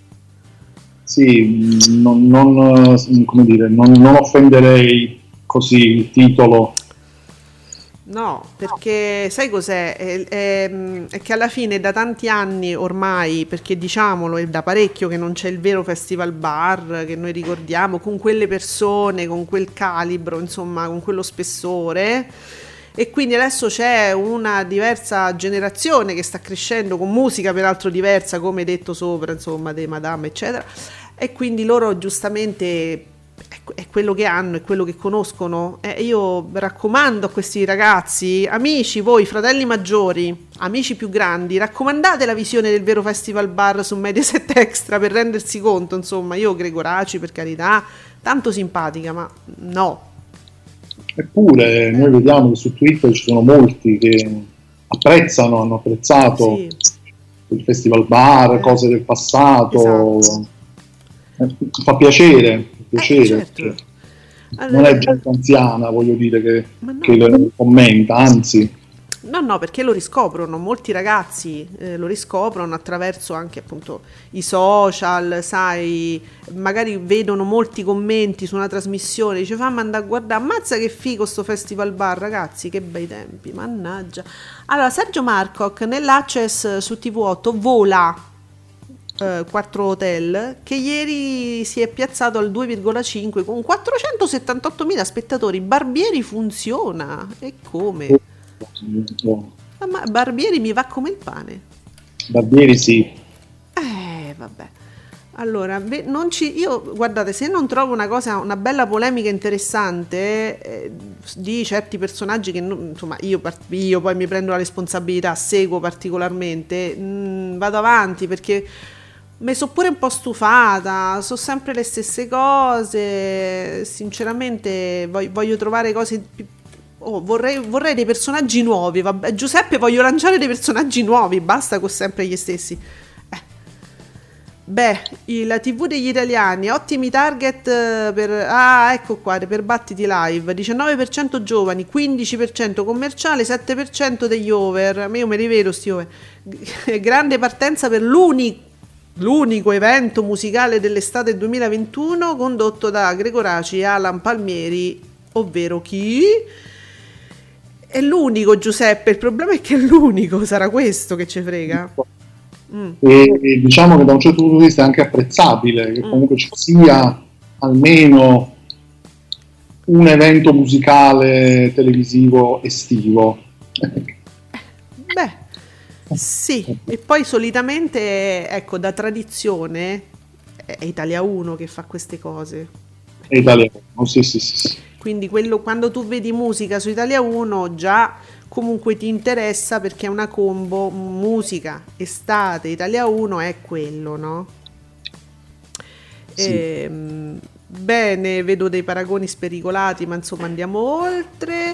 Sì, non, non, come dire, non, non offenderei così il titolo. No, perché sai cos'è? È, è, è che alla fine da tanti anni ormai, perché diciamolo, è da parecchio che non c'è il vero Festival Bar che noi ricordiamo, con quelle persone, con quel calibro, insomma, con quello spessore. E quindi adesso c'è una diversa generazione che sta crescendo con musica peraltro diversa, come detto sopra, insomma, dei Madame eccetera, e quindi loro giustamente, ecco, è quello che hanno, è quello che conoscono. Eh, io raccomando a questi ragazzi, amici, voi fratelli maggiori, amici più grandi, raccomandate la visione del vero Festival Bar su Mediaset Extra per rendersi conto, insomma. Io Gregoraci, per carità, tanto simpatica, ma no. Eppure noi vediamo che su Twitter ci sono molti che apprezzano, hanno apprezzato sì. il Festival Bar, eh. cose del passato. Esatto. Eh, fa piacere, fa piacere. Eh, certo. Allora, non è gente anziana, voglio dire, che, no. che lo commenta, anzi. No, no, perché lo riscoprono, molti ragazzi eh, lo riscoprono attraverso anche appunto i social, sai, magari vedono molti commenti su una trasmissione, dice fammi andare a guardare, ammazza che figo sto Festival Bar, ragazzi, che bei tempi, mannaggia. Allora, Sergio Marcoc nell'Access su T V otto vola eh, quattro hotel, che ieri si è piazzato al due virgola cinque con quattrocentosettantottomila spettatori. Barbieri funziona, e come? Ah, ma Barbieri mi va come il pane. Barbieri sì. Eh, vabbè. Allora, non ci, io guardate, se non trovo una cosa, una bella polemica interessante eh, di certi personaggi che non, insomma io, io poi mi prendo la responsabilità, seguo particolarmente, mh, vado avanti perché mi sono pure un po' stufata, sono sempre le stesse cose, sinceramente voglio, voglio trovare cose più. Oh, vorrei, vorrei dei personaggi nuovi. Vabbè, Giuseppe, voglio lanciare dei personaggi nuovi. Basta con sempre gli stessi. Eh. Beh, la tivù degli italiani, ottimi target per. Ah, ecco qua, per Battiti Live. diciannove per cento giovani, quindici per cento commerciale, sette per cento degli over. Ma io me li vedo sti over. Grande partenza per l'unico. L'unico evento musicale dell'estate duemilaventuno condotto da Gregoraci e Alan Palmieri, ovvero chi? È l'unico, Giuseppe, il problema è che è l'unico, sarà questo che ci frega. Mm. E, e diciamo che da un certo punto di vista è anche apprezzabile che mm. comunque ci sia almeno un evento musicale televisivo estivo. Beh, sì, e poi solitamente, ecco, da tradizione è Italia uno che fa queste cose. È Italia uno, sì, sì, sì, sì. Quindi quello, quando tu vedi musica su Italia uno già comunque ti interessa perché è una combo musica, estate, Italia uno è quello, no? Sì. E, bene, vedo dei paragoni spericolati, ma insomma andiamo oltre.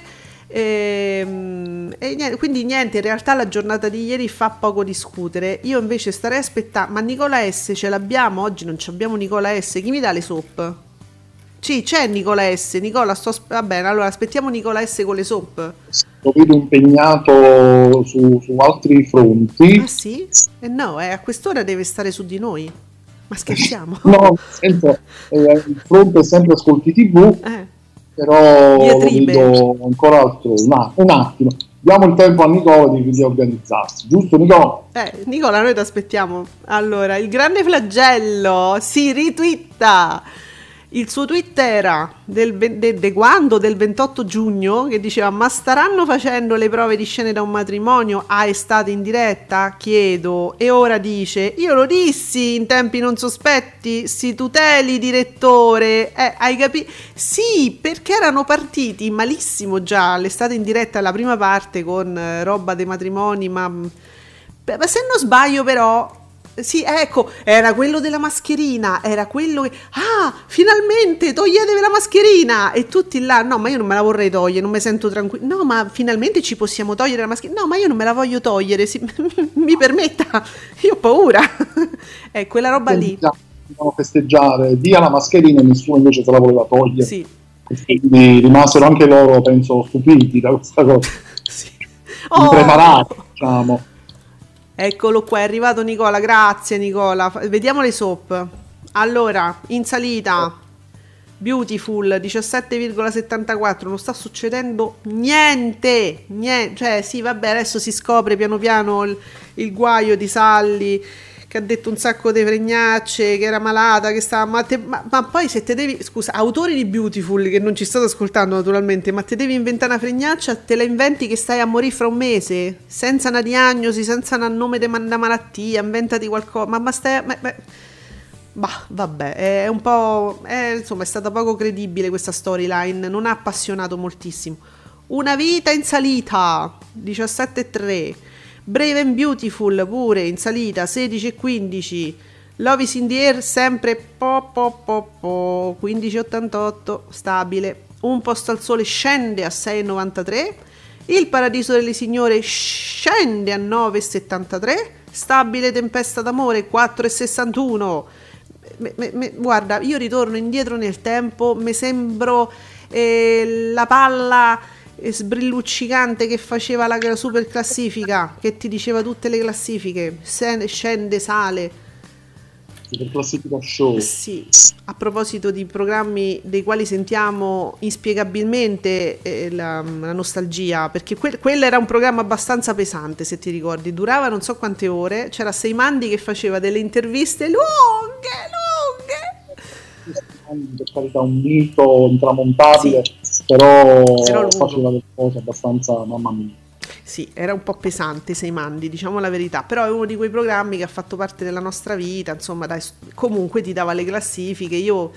E, e niente, quindi niente, in realtà la giornata di ieri fa poco discutere. Io invece starei a aspettare, ma Nicola S ce l'abbiamo? Oggi non abbiamo Nicola S, chi mi dà le soap? Sì, c'è Nicola S. Nicola, sto va bene, allora aspettiamo Nicola S con le soap. Lo vedo impegnato su, su altri fronti. Ah sì? Eh no, eh, a quest'ora deve stare su di noi. Ma scherziamo? No, senza, eh, il fronte è sempre Ascolti tivù, eh. però lo vedo ancora altro. Un, un attimo. Diamo il tempo a Nicola di, di organizzarsi, giusto Nicola? Eh, Nicola, noi ti aspettiamo. Allora, il grande flagello si ritwitta. Il suo tweet era del, de, de quando? Del ventotto giugno, che diceva: ma staranno facendo le prove di scene da un matrimonio a estate in diretta? Chiedo. E ora dice: io lo dissi in tempi non sospetti, si tuteli direttore. Eh, hai capito? Sì, perché erano partiti malissimo già l'estate in diretta, la prima parte con eh, roba dei matrimoni, ma, ma se non sbaglio però... Sì, ecco, era quello della mascherina, era quello che, ah, finalmente toglietevi la mascherina, e tutti là, no, ma io non me la vorrei togliere, non mi sento tranquillo, no, ma finalmente ci possiamo togliere la mascherina, no, ma io non me la voglio togliere, si, mi permetta, io ho paura, è quella roba lì. Dobbiamo festeggiare, via la mascherina, e nessuno invece se la voleva togliere, sì. Quindi rimasero anche loro, penso, stupiti da questa cosa, sì. Impreparati, oh. diciamo. Eccolo qua, è arrivato Nicola, grazie Nicola. Vediamo le soap. Allora, in salita Beautiful diciassette virgola settantaquattro, non sta succedendo niente, niente. Cioè sì, vabbè, adesso si scopre piano piano il, il guaio di Salli, che ha detto un sacco di fregnacce, che era malata, che stava ma, te, ma, ma poi se te devi, scusa, autori di Beautiful che non ci state ascoltando naturalmente, ma te devi inventare una fregnaccia, te la inventi che stai a morire fra un mese senza una diagnosi, senza un nome di una malattia, inventati qualcosa, ma, ma stai ma, ma, Bah, vabbè, è un po'... È, insomma, è stata poco credibile questa storyline, non ha appassionato moltissimo. Una vita in salita, diciassette e tre. Brave and Beautiful pure in salita, sedici e quindici. Love is in the air sempre po po po po, quindici e ottantotto, stabile. Un posto al sole scende a sei e novantatré. Il paradiso delle signore scende a nove e settantatré. Stabile Tempesta d'amore quattro e sessantuno. Me, me, me, guarda, io ritorno indietro nel tempo, mi sembro eh, la palla eh, sbrilluccicante che faceva la super classifica, che ti diceva tutte le classifiche, scende, scende sale. Super classifica show. Sì, a proposito di programmi dei quali sentiamo inspiegabilmente eh, la, la nostalgia, perché que- quello era un programma abbastanza pesante, se ti ricordi, durava non so quante ore, c'era Seimandi che faceva delle interviste lunghe, lunghe. Per carità, un mito intramontabile, sì. però, però faceva delle cose abbastanza, mamma mia. Sì, era un po' pesante Seimandi, diciamo la verità, però è uno di quei programmi che ha fatto parte della nostra vita, insomma, dai, comunque ti dava le classifiche. Io,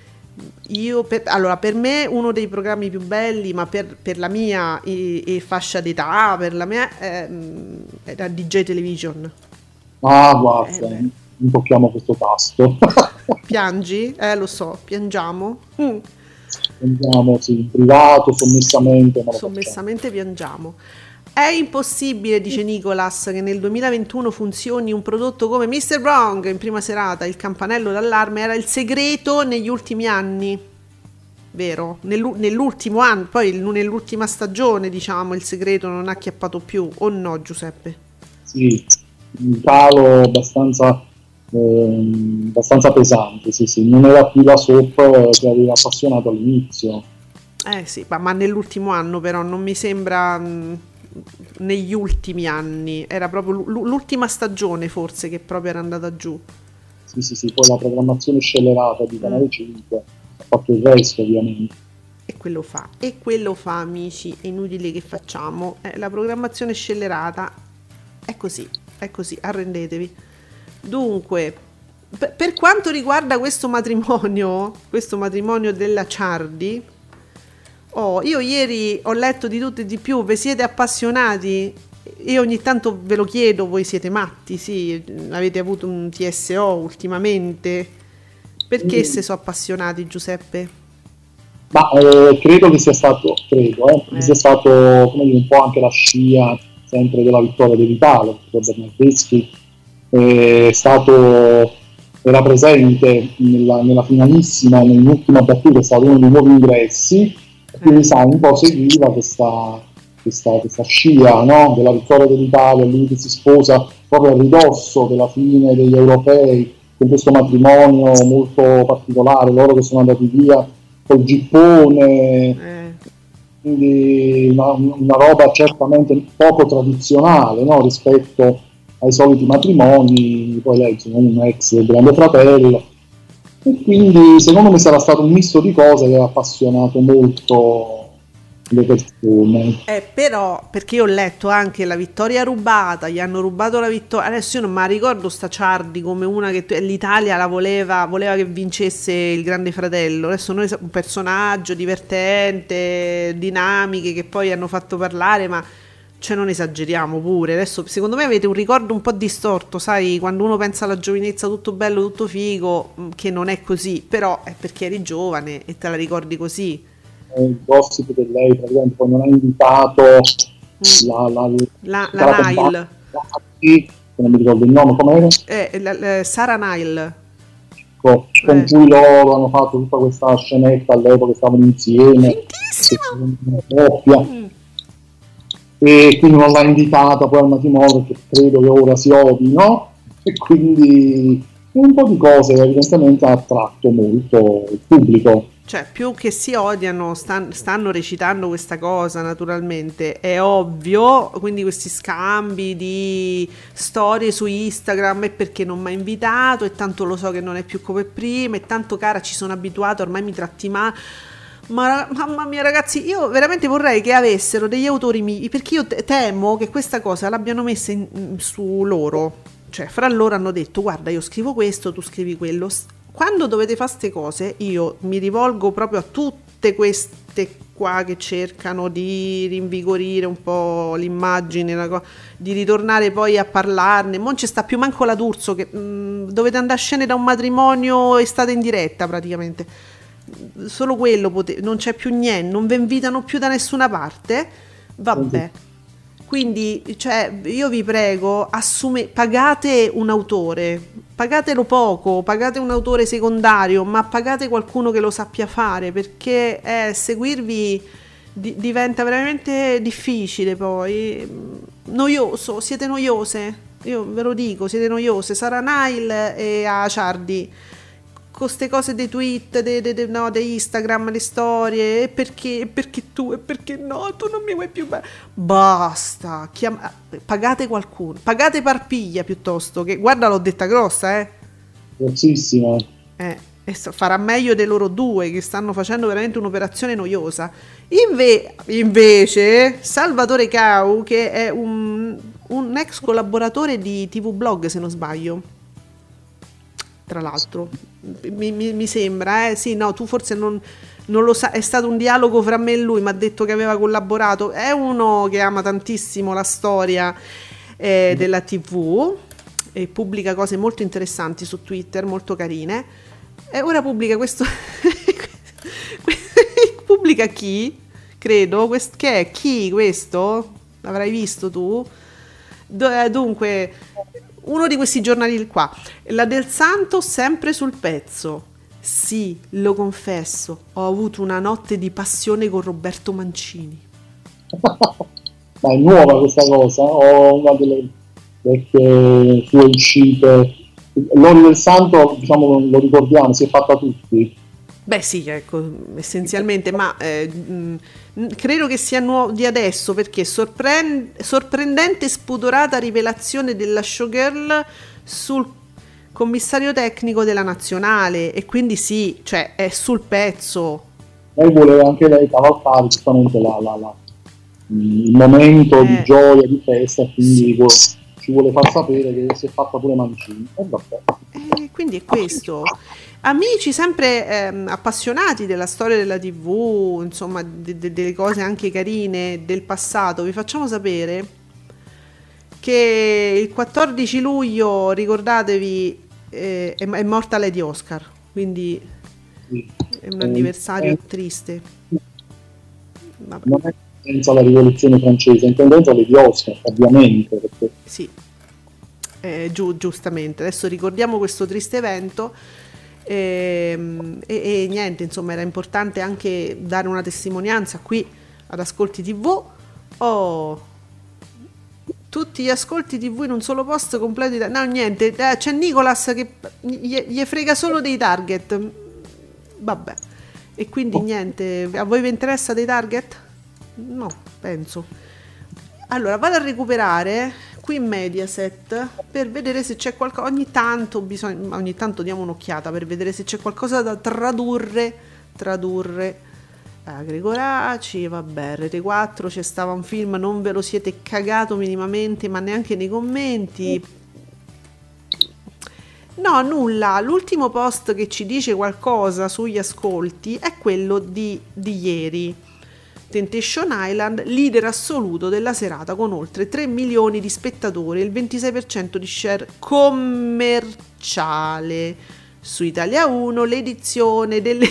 io per, allora, per me uno dei programmi più belli, ma per, per la mia e, e fascia d'età, per la mia, eh, era D J Television. Ah, guarda, eh non tocchiamo questo tasto. Piangi? Eh, lo so, piangiamo. Mm. Piangiamo, sì, in privato, sommessamente. Ma sommessamente piangiamo. È impossibile, dice Nicolas, che nel duemilaventuno funzioni un prodotto come mister Wrong in prima serata. Il campanello d'allarme era il segreto negli ultimi anni. Vero? Nell'u- nell'ultimo anno, poi nell'ultima stagione, diciamo, il segreto non ha acchiappato più, o no, Giuseppe? Sì, un calo abbastanza, eh, abbastanza pesante, sì, sì. Non era più la soap che aveva appassionato all'inizio. Eh sì, ma, ma nell'ultimo anno però non mi sembra... Mh, negli ultimi anni era proprio l'ultima stagione forse che proprio era andata giù. Sì sì sì, poi la programmazione scellerata di Canale mm. cinque ha fatto il resto ovviamente. E quello fa, e quello fa amici, è inutile che facciamo, eh, la programmazione scellerata è così, è così, arrendetevi. Dunque, per, per quanto riguarda questo matrimonio, questo matrimonio della Ciardi, Oh, io ieri ho letto di tutto e di più, vi siete appassionati? Io ogni tanto ve lo chiedo, voi siete matti, sì, avete avuto un T S O ultimamente? Perché mm. se sono appassionati, Giuseppe? Ma eh, credo che sia stato, credo, eh, eh. che sia stato come dire, un po' anche la scia sempre della vittoria di Vitale, perché Bernardeschi è stato, era presente nella, nella finalissima, nell'ultima battuta, è stato uno dei nuovi ingressi. Quindi sa, un po' seguiva questa, questa, questa scia, no? Della vittoria dell'Italia, lui che si sposa proprio a ridosso della fine degli europei, con questo matrimonio molto particolare, loro che sono andati via col gippone, eh. quindi una, una roba certamente poco tradizionale, no? Rispetto ai soliti matrimoni. Poi lei è un ex del Grande Fratello. E quindi secondo me sarà stato un misto di cose che ha appassionato molto le persone. Eh, però, perché io ho letto anche la vittoria rubata, gli hanno rubato la vittoria. Adesso io non me la ricordo sta Ciardi come una che l'Italia la voleva, voleva che vincesse il Grande Fratello. Adesso noi un personaggio divertente, dinamiche che poi hanno fatto parlare, ma cioè non esageriamo pure. Adesso secondo me avete un ricordo un po' distorto, sai, quando uno pensa alla giovinezza tutto bello, tutto figo, che non è così, però è perché eri giovane e te la ricordi così. Il gossip che lei praticamente poi non ha invitato mm. la, la, la, la, la Nile, non mi ricordo il nome, com'era? Eh, la, la, Sara Nile, ecco, con eh. cui loro hanno fatto tutta questa scenetta all'epoca, stavano insieme, coppia. Mm. E quindi non l'ha invitata poi al matrimonio, perché credo che ora si odino, e quindi un po' di cose che evidentemente ha attratto molto il pubblico. Cioè, più che si odiano, stan- stanno recitando questa cosa, naturalmente, è ovvio, quindi questi scambi di storie su Instagram, e perché non mi ha invitato, e tanto lo so che non è più come prima, e tanto cara ci sono abituato, ormai mi tratti male. Ma mamma mia ragazzi, io veramente vorrei che avessero degli autori miei, perché io temo che questa cosa l'abbiano messa in, su loro, cioè fra loro hanno detto guarda io scrivo questo, tu scrivi quello. Quando dovete fare queste cose io mi rivolgo proprio a tutte queste qua che cercano di rinvigorire un po' l'immagine, la co- di ritornare poi a parlarne. Non ci sta più manco la D'Urso che mh, dovete andare a scene da un matrimonio e state in diretta praticamente, solo quello pote- non c'è più niente, non vi invitano più da nessuna parte, vabbè. Quindi cioè, io vi prego, assume, pagate un autore, pagatelo poco, pagate un autore secondario, ma pagate qualcuno che lo sappia fare, perché eh, seguirvi di- diventa veramente difficile poi, noioso, siete noiose, io ve lo dico, siete noiose. Sara Nile e Aciardi, con queste cose dei tweet, dei, dei, dei, no, dei Instagram, le storie, e perché, e perché tu, e perché no, tu non mi vuoi più bene. Basta, chiama, pagate qualcuno, pagate Parpiglia piuttosto, che guarda l'ho detta grossa, eh. Grossissima. Eh, e so- farà meglio dei loro due che stanno facendo veramente un'operazione noiosa. Inve- invece, Salvatore Cau, che è un, un ex collaboratore di T V Blog, se non sbaglio. Tra l'altro mi, mi, mi sembra, eh sì, no, tu forse non, non lo sai, è stato un dialogo fra me e lui, mi ha detto che aveva collaborato, è uno che ama tantissimo la storia eh, della tivù e pubblica cose molto interessanti su Twitter, molto carine, e ora pubblica questo pubblica chi? Credo, quest, che è chi questo? L'avrai visto tu? Dunque, uno di questi giornali qua, la Del Santo sempre sul pezzo. Sì, lo confesso, ho avuto una notte di passione con Roberto Mancini. Ma è nuova questa cosa? O una delle vecchie sue uscite? L'Ori del Santo, diciamo, lo ricordiamo, si è fatta tutti. Beh sì, ecco, essenzialmente, ma eh, mh, credo che sia nuovo di adesso, perché sorprend- sorprendente e spudorata rivelazione della showgirl sul commissario tecnico della nazionale, e quindi sì, cioè è sul pezzo. Lei voleva anche lei cavalcare giustamente la, la, la, il momento eh. di gioia, di festa, quindi sì. Ci vuole far sapere che si è fatta pure Mancini. E vabbè. E quindi è questo. Amici sempre ehm, appassionati della storia della tivù, insomma de- de- delle cose anche carine del passato, vi facciamo sapere che il quattordici luglio, ricordatevi, eh, è, è morta Lady Oscar, quindi è un anniversario eh, triste. Vabbè. Non è senza la rivoluzione francese, in tendenza Lady Oscar, ovviamente. Perché... Sì, eh, giu- giustamente. Adesso ricordiamo questo triste evento. E, e, e niente, insomma, era importante anche dare una testimonianza qui ad Ascolti tivù. Oh, tutti gli Ascolti tivù in un solo post completo di... No, niente, eh, c'è Nicolas che gli, gli frega solo dei target. Vabbè. E quindi niente, a voi vi interessa dei target? No, penso. Allora, vado a recuperare qui in Mediaset per vedere se c'è qualcosa. Ogni tanto bisogna, ogni tanto diamo un'occhiata per vedere se c'è qualcosa da tradurre. Tradurre. Ah, Gregoraci, vabbè, Rete quattro, c'è stava un film, non ve lo siete cagato minimamente, ma neanche nei commenti. No, nulla. L'ultimo post che ci dice qualcosa sugli ascolti è quello di, di ieri. Temptation Island, leader assoluto della serata con oltre tre milioni di spettatori e il ventisei per cento di share commerciale. Su Italia uno l'edizione delle...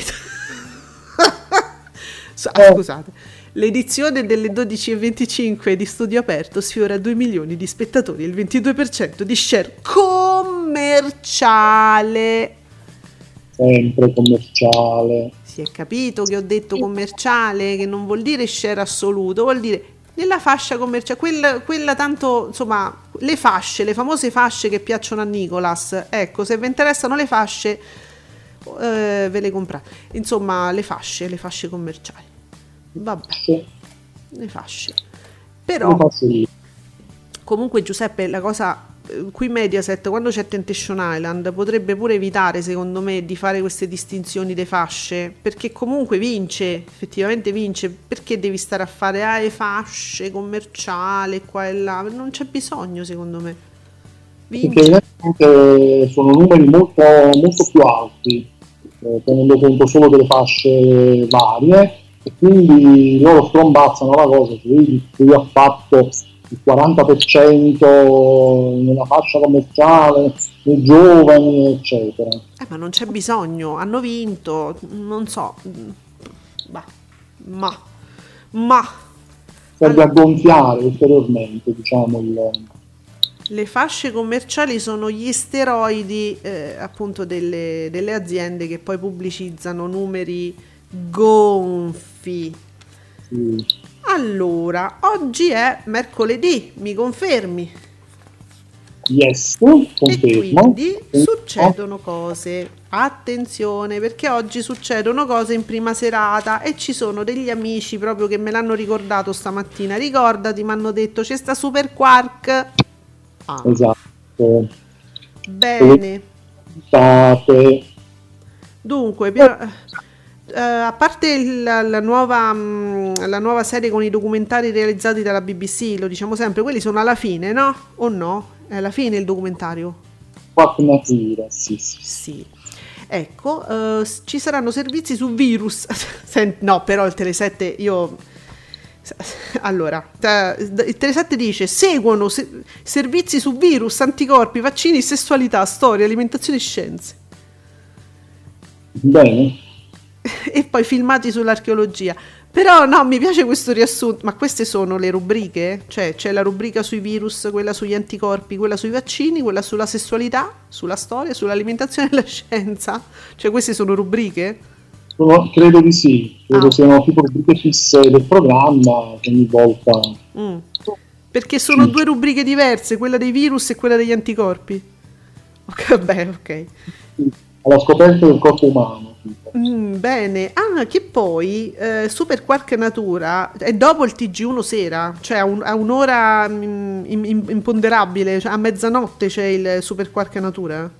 ah, scusate. L'edizione delle dodici e venticinque di Studio Aperto sfiora due milioni di spettatori e il ventidue per cento di share commerciale. Sempre commerciale. Si è capito che ho detto commerciale, che non vuol dire share assoluto, vuol dire nella fascia commerciale, quella, quella tanto, insomma, le fasce, le famose fasce che piacciono a Nicolas. Ecco, se vi interessano le fasce, eh, ve le comprate. Insomma, le fasce, le fasce commerciali. Vabbè, le fasce. Però, comunque Giuseppe, la cosa... qui Mediaset, quando c'è Temptation Island, potrebbe pure evitare, secondo me, di fare queste distinzioni di fasce, perché comunque vince, effettivamente vince. Perché devi stare a fare ah, le fasce commerciali qua e là? Non c'è bisogno, secondo me. perché evidentemente sono numeri molto, molto più alti, eh, tenendo conto solo delle fasce varie, e quindi loro strombazzano la cosa, cioè lui ha fatto il quaranta per cento nella fascia commerciale, nei giovani, eccetera. Eh, ma non c'è bisogno, hanno vinto, non so, bah, ma, ma... serve allora, a gonfiare ulteriormente, diciamo, il... Le fasce commerciali sono gli steroidi eh, appunto delle, delle aziende che poi pubblicizzano numeri gonfi. Sì. Allora, oggi è mercoledì, mi confermi? Yes, confermo. E quindi succedono cose. Attenzione, perché oggi succedono cose in prima serata e ci sono degli amici proprio che me l'hanno ricordato stamattina. Ricordati, mi hanno detto c'è sta Super Quark. Ah. Esatto. Bene. State. Dunque, per, eh, a parte il, la, la, nuova, mh, la nuova serie con i documentari realizzati dalla B B C, lo diciamo sempre, quelli sono alla fine, no? O no? È alla fine il documentario? Quattro natura, sì, sì. Sì. Ecco, eh, ci saranno servizi su virus. No, però il Telesette io... Allora, il Telesette dice seguono se- servizi su virus, anticorpi, vaccini, sessualità, storia, alimentazione e scienze. Bene. E poi filmati sull'archeologia. Però no, mi piace questo riassunto. Ma queste sono le rubriche? Cioè c'è la rubrica sui virus, quella sugli anticorpi, quella sui vaccini, quella sulla sessualità, sulla storia, sull'alimentazione e la scienza. Cioè queste sono rubriche? No, credo di sì, credo ah. siano tipo rubriche fisse del programma che ogni volta... Mm. Perché sono sì. due rubriche diverse, quella dei virus e quella degli anticorpi. Vabbè, ok. Alla scoperta del corpo umano. Mm, bene. Ah, che poi eh, Super Quark Natura è dopo il T G uno sera, cioè a, un, a un'ora mm, imponderabile, cioè a mezzanotte c'è il Super Quark Natura.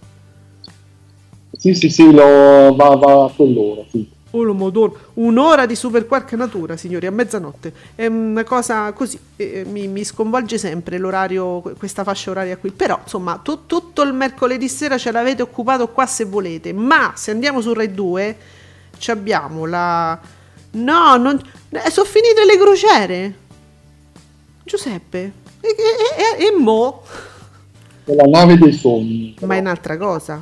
Sì, sì, sì, lo, va, va a quell'ora, sì. Oh, lo madonna. Un'ora di Super Quark Natura, signori, a mezzanotte. È una cosa così, eh, mi, mi sconvolge sempre l'orario, questa fascia oraria qui. Però, insomma, tu, tutto il mercoledì sera ce l'avete occupato qua se volete. Ma, se andiamo su Rai due, ci abbiamo la... No, non... Eh, sono finite le crociere. Giuseppe. E, e, e, e mo? È la nave dei sogni. Ma è un'altra cosa.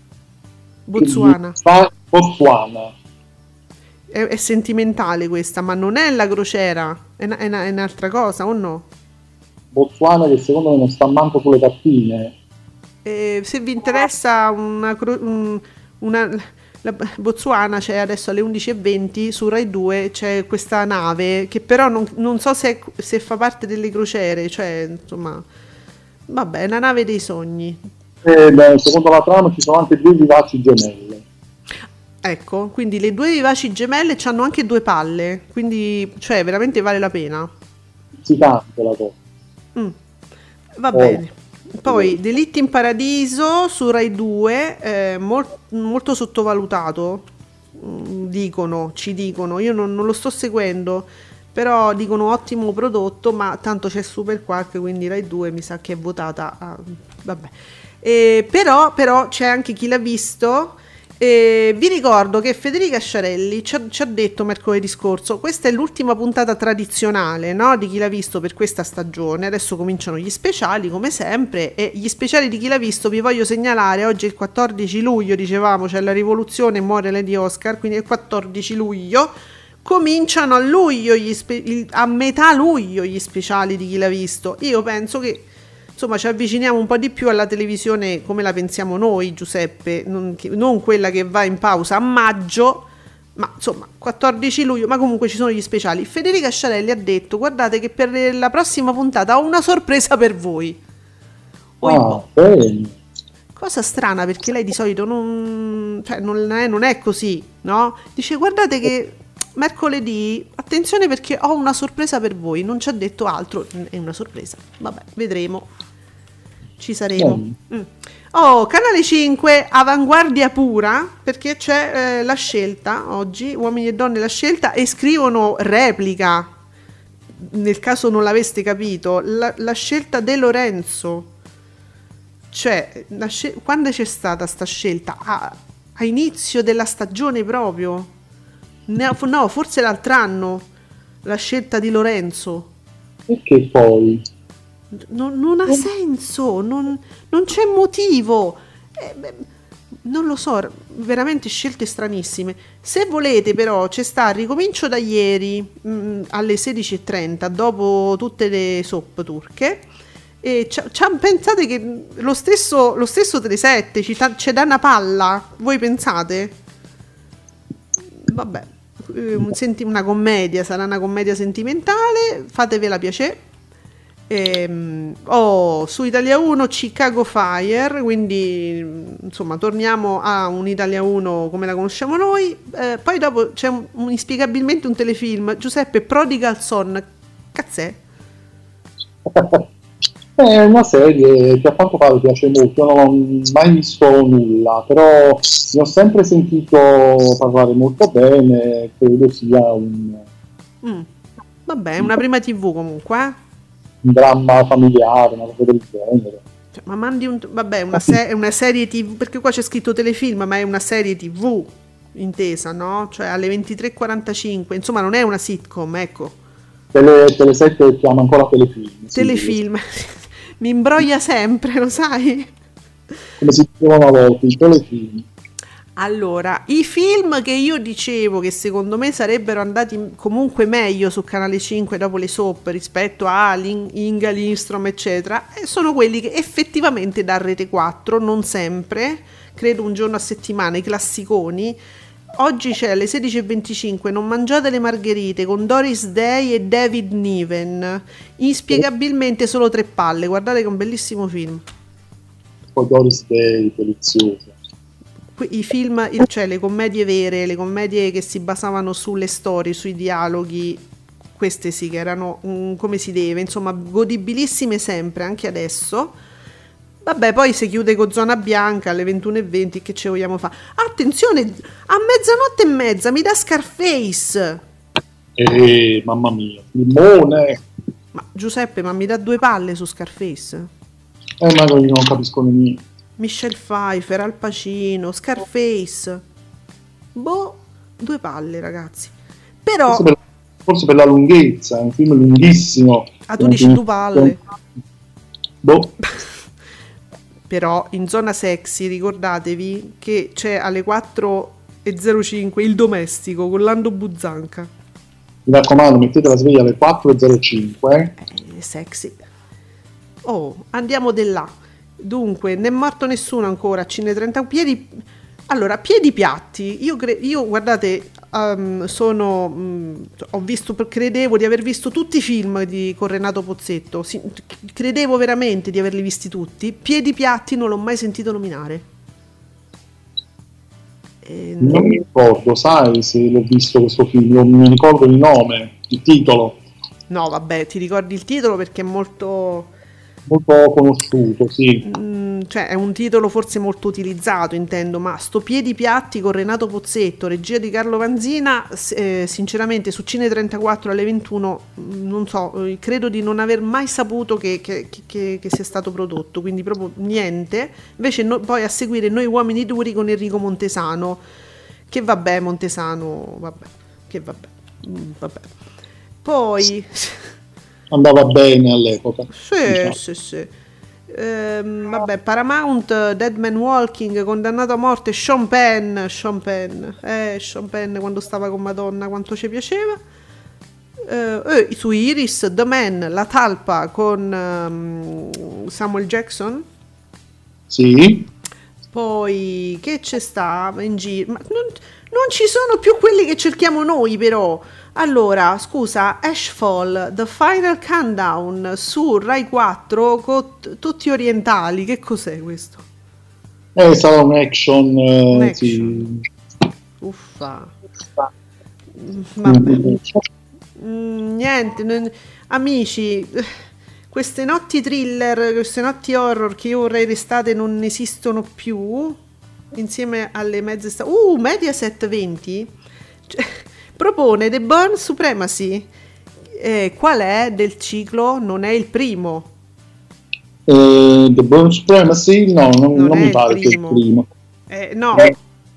Botswana. Botswana. È, è sentimentale questa, ma non è la crociera, è, è, è un'altra cosa, o no? Botswana che secondo me non sta manco sulle cartine. Eh, se vi interessa una, una la Botswana c'è adesso alle undici e venti su Rai due, c'è questa nave che però non, non so se, se fa parte delle crociere, cioè insomma, vabbè, è una nave dei sogni. E, beh, secondo la trama ci sono anche due vivaci gemelle. Ecco, quindi le due vivaci gemelle hanno anche due palle, quindi cioè veramente vale la pena. Si cambia la cosa. Mm, va oh. bene. Poi Delitti in Paradiso su Rai due, eh, mol- molto sottovalutato, mm, dicono, ci dicono, io non, non lo sto seguendo, però dicono ottimo prodotto, ma tanto c'è Super Quark, quindi Rai due mi sa che è votata a... vabbè. Eh, però, però c'è anche chi l'ha visto. Eh, vi ricordo che Federica Sciarelli ci ha, ci ha detto mercoledì scorso: questa è l'ultima puntata tradizionale, no, di Chi l'ha visto per questa stagione, adesso cominciano gli speciali come sempre, e gli speciali di Chi l'ha visto vi voglio segnalare: oggi è il quattordici luglio, dicevamo c'è la rivoluzione, muore Lady Oscar, quindi il quattordici luglio cominciano a luglio gli spe- il, a metà luglio gli speciali di Chi l'ha visto. Io penso che insomma ci avviciniamo un po' di più alla televisione come la pensiamo noi, Giuseppe, non, che, non quella che va in pausa a maggio, ma insomma quattordici luglio, ma comunque ci sono gli speciali. Federica Sciarelli ha detto: guardate che per la prossima puntata ho una sorpresa per voi. Ah, bene. Cosa strana, perché lei di solito non, cioè non, è, non è così, no? Dice: guardate che mercoledì, attenzione perché ho una sorpresa per voi, non ci ha detto altro, è una sorpresa, vabbè, vedremo. Ci saremo. Mm. Oh, Canale cinque, avanguardia pura, perché c'è eh, la scelta oggi, Uomini e Donne la scelta, e scrivono replica, nel caso non l'aveste capito, la, la scelta De Lorenzo. Cioè, la scel- quando c'è stata sta scelta? A, a inizio della stagione proprio? Ne- no, forse l'altro anno, la scelta di Lorenzo. Perché poi? Non, non ha senso, non, non c'è motivo. Eh, beh, non lo so, veramente scelte stranissime. Se volete però c'è sta Ricomincio da ieri mh, alle sedici e trenta dopo tutte le soap turche e c'ha, c'ha, pensate che lo stesso, lo stesso Telesette ci, ci dà una palla, voi pensate? Vabbè, eh, una commedia, sarà una commedia sentimentale, fatevela piacere. Ehm, oh, su Italia uno Chicago Fire, quindi insomma torniamo a un Italia uno come la conosciamo noi. Eh, poi dopo c'è un, un, inspiegabilmente un telefilm, Giuseppe Prodigal Son, cazzè? È una serie che a quanto pare piace molto, non ho mai visto nulla, però ne ho sempre sentito parlare molto bene, credo sia un... Mm. Vabbè, è una prima tivù comunque, eh? un dramma familiare, una cosa del genere. Cioè, ma mandi un... vabbè, una, se- una serie tivù, perché qua c'è scritto telefilm, ma è una serie tivù intesa, no? Cioè alle ventitré e quarantacinque, insomma non è una sitcom, ecco. Tele, Telesette chiama ancora telefilm. Telefilm, sì. Mi imbroglia sempre, lo sai? Come si diceva una volta, i telefilm. Allora, i film che io dicevo che secondo me sarebbero andati comunque meglio su Canale cinque dopo le soap rispetto a Inga, Lindstrom eccetera, sono quelli che effettivamente da Rete quattro, non sempre, credo un giorno a settimana, i classiconi. Oggi c'è alle sedici e venticinque Non mangiate le margherite con Doris Day e David Niven, inspiegabilmente solo tre palle, guardate che è un bellissimo film. Poi Doris Day, deliziosa. I film, cioè le commedie vere, le commedie che si basavano sulle storie, sui dialoghi, queste sì che erano um, come si deve, insomma godibilissime sempre, anche adesso. Vabbè, poi si chiude con Zona Bianca alle ventuno e venti, che ci vogliamo fare? Attenzione, a mezzanotte e mezza mi dà Scarface. Eh, mamma mia, filmone. Ma Giuseppe, ma mi dà due palle su Scarface? Eh, ma io non capisco nemmeno. Michelle Pfeiffer, Al Pacino, Scarface. Boh, due palle, ragazzi. Però forse per, forse per la lunghezza, è un film lunghissimo. Ah, tu dici due palle. Boh. Però in Zona Sexy ricordatevi che c'è alle quattro e zero cinque Il Domestico con Lando Buzzanca. Mi raccomando, mettete la sveglia alle quattro e zero cinque. Eh, sexy. Oh, andiamo di là. Dunque, ne è morto nessuno ancora, Cine trenta piedi. Allora, piedi piatti. Io, cre- io guardate, um, sono um, ho visto, credevo di aver visto tutti i film di, con Renato Pozzetto. Sì, credevo veramente di averli visti tutti. Piedi piatti non l'ho mai sentito nominare. E non mi ricordo, sai, se l'ho visto questo film, non mi ricordo il nome, il titolo. No, vabbè, ti ricordi il titolo perché è molto... molto conosciuto, sì. Mm, cioè è un titolo forse molto utilizzato, intendo, ma sto Piedi piatti con Renato Pozzetto, regia di Carlo Vanzina, eh, sinceramente su Cine trentaquattro alle ventuno non so, credo di non aver mai saputo che, che, che, che sia stato prodotto, quindi proprio niente. Invece no, poi a seguire Noi uomini duri con Enrico Montesano, che vabbè, Montesano, vabbè, che vabbè, mm, vabbè. Poi... andava bene all'epoca. Sì, diciamo. sì, sì. Ehm, vabbè, Paramount, Dead Man Walking, condannato a morte, Sean Penn, Sean Penn, eh, Sean Penn quando stava con Madonna, quanto ci piaceva. Eh, eh, su Iris, The Man, La Talpa con um, Samuel Jackson. Sì. Poi che c'è sta in giro? Ma non, non ci sono più quelli che cerchiamo noi, però. Allora, scusa, Ashfall, The Final Countdown su Rai quattro con t- tutti orientali, che cos'è questo? È stato un action, uh, un action. Sì. Uffa. Vabbè. Mm, niente, non... amici, queste notti thriller, queste notti horror che io vorrei restate non esistono più, insieme alle mezze sta- Uh, Mediaset venti? Cioè, propone The Bourne Supremacy. Eh, qual è del ciclo? Non è il primo. Eh, The Bourne Supremacy? No, non, Non non è mi il pare che è il primo. primo. Eh, no, Eh,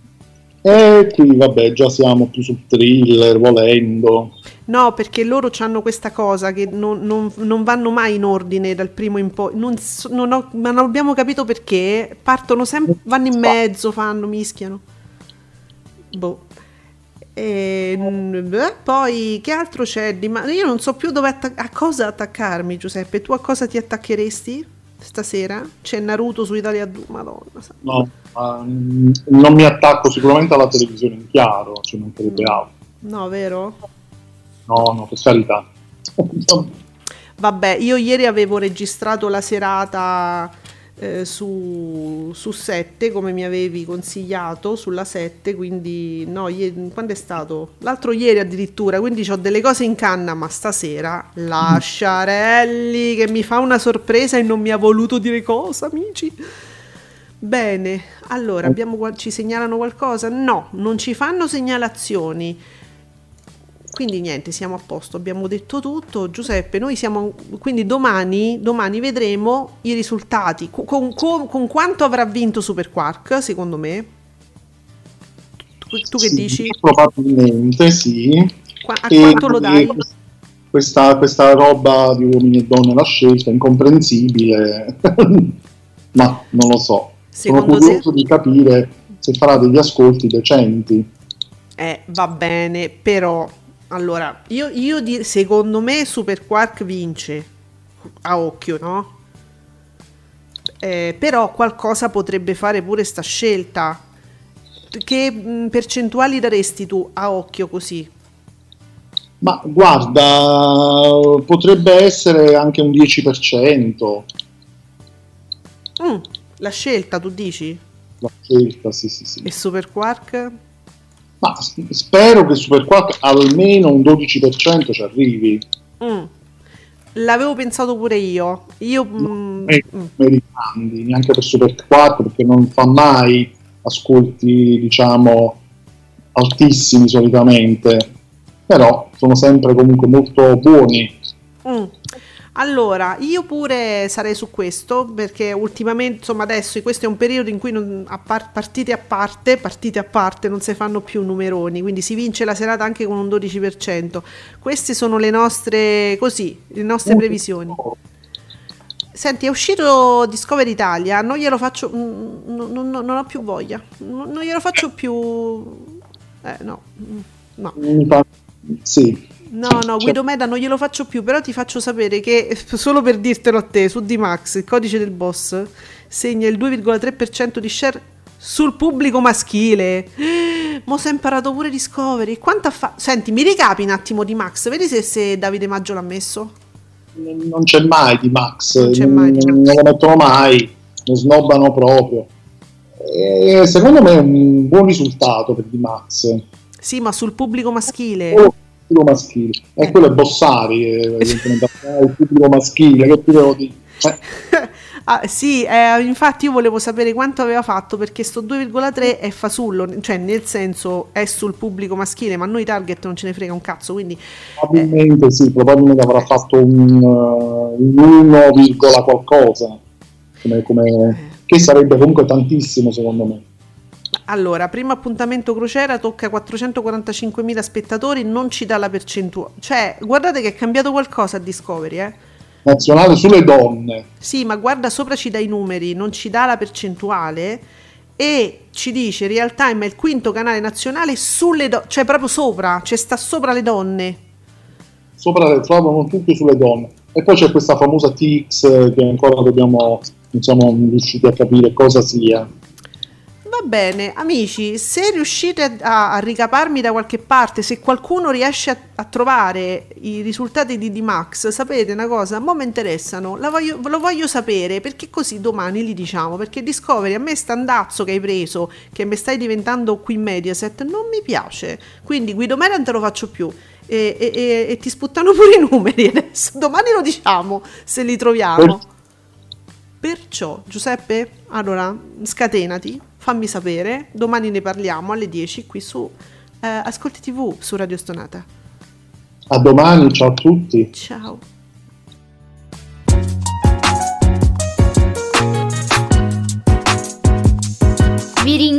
E qui vabbè, già siamo più sul thriller, volendo. no, perché loro hanno questa cosa che non, non- non vanno mai in ordine dal primo in poi. Non, so- non ho- ma non abbiamo capito perché. Partono sempre, vanno in mezzo, fanno, mischiano. Boh. E, mm, beh, poi che altro c'è di ma io non so più dove atta- a cosa attaccarmi, Giuseppe. Tu a cosa ti attaccheresti stasera? C'è Naruto su Italia due, Madonna. sa- No, ma, mm, non mi attacco sicuramente alla televisione in chiaro, ci mancherebbe altro. No, vero? No, no, per carità. Vabbè, io ieri avevo registrato la serata eh, su, su sette, come mi avevi consigliato, sulla sette, quindi no, ieri- quando è stato? L'altro ieri addirittura, quindi ho delle cose in canna, ma stasera lasciarelli che mi fa una sorpresa e non mi ha voluto dire cosa, amici. Bene, allora abbiamo, qual- ci segnalano qualcosa? No, non ci fanno segnalazioni. Quindi niente, siamo a posto, abbiamo detto tutto. Giuseppe, noi siamo, quindi domani, domani vedremo i risultati. Con, con- con- con quanto avrà vinto Super Quark, secondo me? Tu, tu che Sì, dici? probabilmente sì. Qua- a E- quanto lo dai? e Questa, questa roba di uomini e donne la scelta è incomprensibile, ma non lo so. Secondo Sono te? curioso di capire se farà degli ascolti decenti. Eh, va bene, però, allora, io, io di- secondo me Super Quark vince, a occhio, no? Eh, però qualcosa potrebbe fare pure sta scelta. Che mh, percentuali daresti tu a occhio così? Ma guarda, potrebbe essere anche un dieci per cento Mm, la scelta, tu dici? la scelta, sì, sì, sì. E Super Quark? Ma s- spero che Super quattro almeno un dodici per cento ci arrivi. Mm. L'avevo pensato pure io. Io mm, E mm. meritanti, neanche per Super quattro, perché non fa mai ascolti, diciamo, altissimi solitamente, però sono sempre comunque molto buoni. Mm. Allora, io pure sarei su questo perché ultimamente, insomma, adesso questo è un periodo in cui non- a par- partite a parte, partite a parte non si fanno più numeroni, quindi si vince la serata anche con un dodici per cento. Queste sono le nostre, così, le nostre previsioni. Senti, è uscito Discovery Italia, non glielo faccio, mm, non, non- non ho più voglia, non, non glielo faccio più, eh no, mm, no. Mi fa- Sì, No, no, Guido Meda non glielo faccio più, però ti faccio sapere che, solo per dirtelo a te, su D-Max, il codice del boss, segna il due virgola tre per cento di share sul pubblico maschile. Mo si è imparato pure Discovery. Quanto ha fa- Senti, mi ricapi un attimo D-Max, vedi se, se Davide Maggio l'ha messo? non c'è mai di Max, Non c'è mai di non, Max. non lo mettono mai, lo snobbano proprio. E secondo me è un buon risultato per di Max. Sì, ma sul pubblico maschile. Oh, il pubblico maschile, e Eh. quello è Bossari, eh, evidentemente, eh, il pubblico maschile, che ti devo dire? Eh, Ah, sì, eh, infatti io volevo sapere quanto aveva fatto perché sto due virgola tre è fasullo, cioè nel senso è sul pubblico maschile, ma a noi target non ce ne frega un cazzo, quindi probabilmente sì, probabilmente avrà fatto un, uh, un uno, virgola qualcosa, come, come- che sarebbe comunque tantissimo secondo me. allora, primo appuntamento crociera tocca quattrocentoquarantacinquemila spettatori, non ci dà la percentuale, cioè guardate che è cambiato qualcosa a Discovery, eh. Nazionale sulle donne, Sì, ma guarda sopra ci dà i numeri, non ci dà la percentuale e ci dice Real Time è il quinto canale nazionale sulle donne, cioè proprio sopra, cioè sta sopra le donne. sopra le trovano tutte sulle donne. E poi c'è questa famosa T X eh, che ancora dobbiamo, non siamo riusciti a capire cosa sia. Va bene, amici, se riuscite a, a ricaparmi da qualche parte, se qualcuno riesce a, a trovare i risultati di D-Max, sapete una cosa? Mo' mi interessano, la voglio, lo voglio sapere perché così domani li diciamo. Perché Discovery, a me standazzo che hai preso, che mi stai diventando qui Mediaset, non mi piace. Quindi Guido Mera non te lo faccio più. E, e- e- e ti sputtano pure i numeri adesso. Domani lo diciamo se li troviamo. Perciò, Giuseppe, allora scatenati, fammi sapere, domani ne parliamo alle dieci qui su eh, Ascolti tivù su Radio Stonata. A domani, ciao a tutti. Ciao.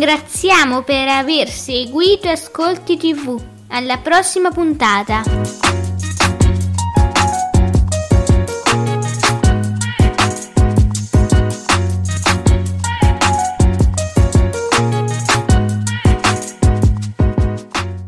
ringraziamo per aver seguito Ascolti tivù. Alla prossima puntata.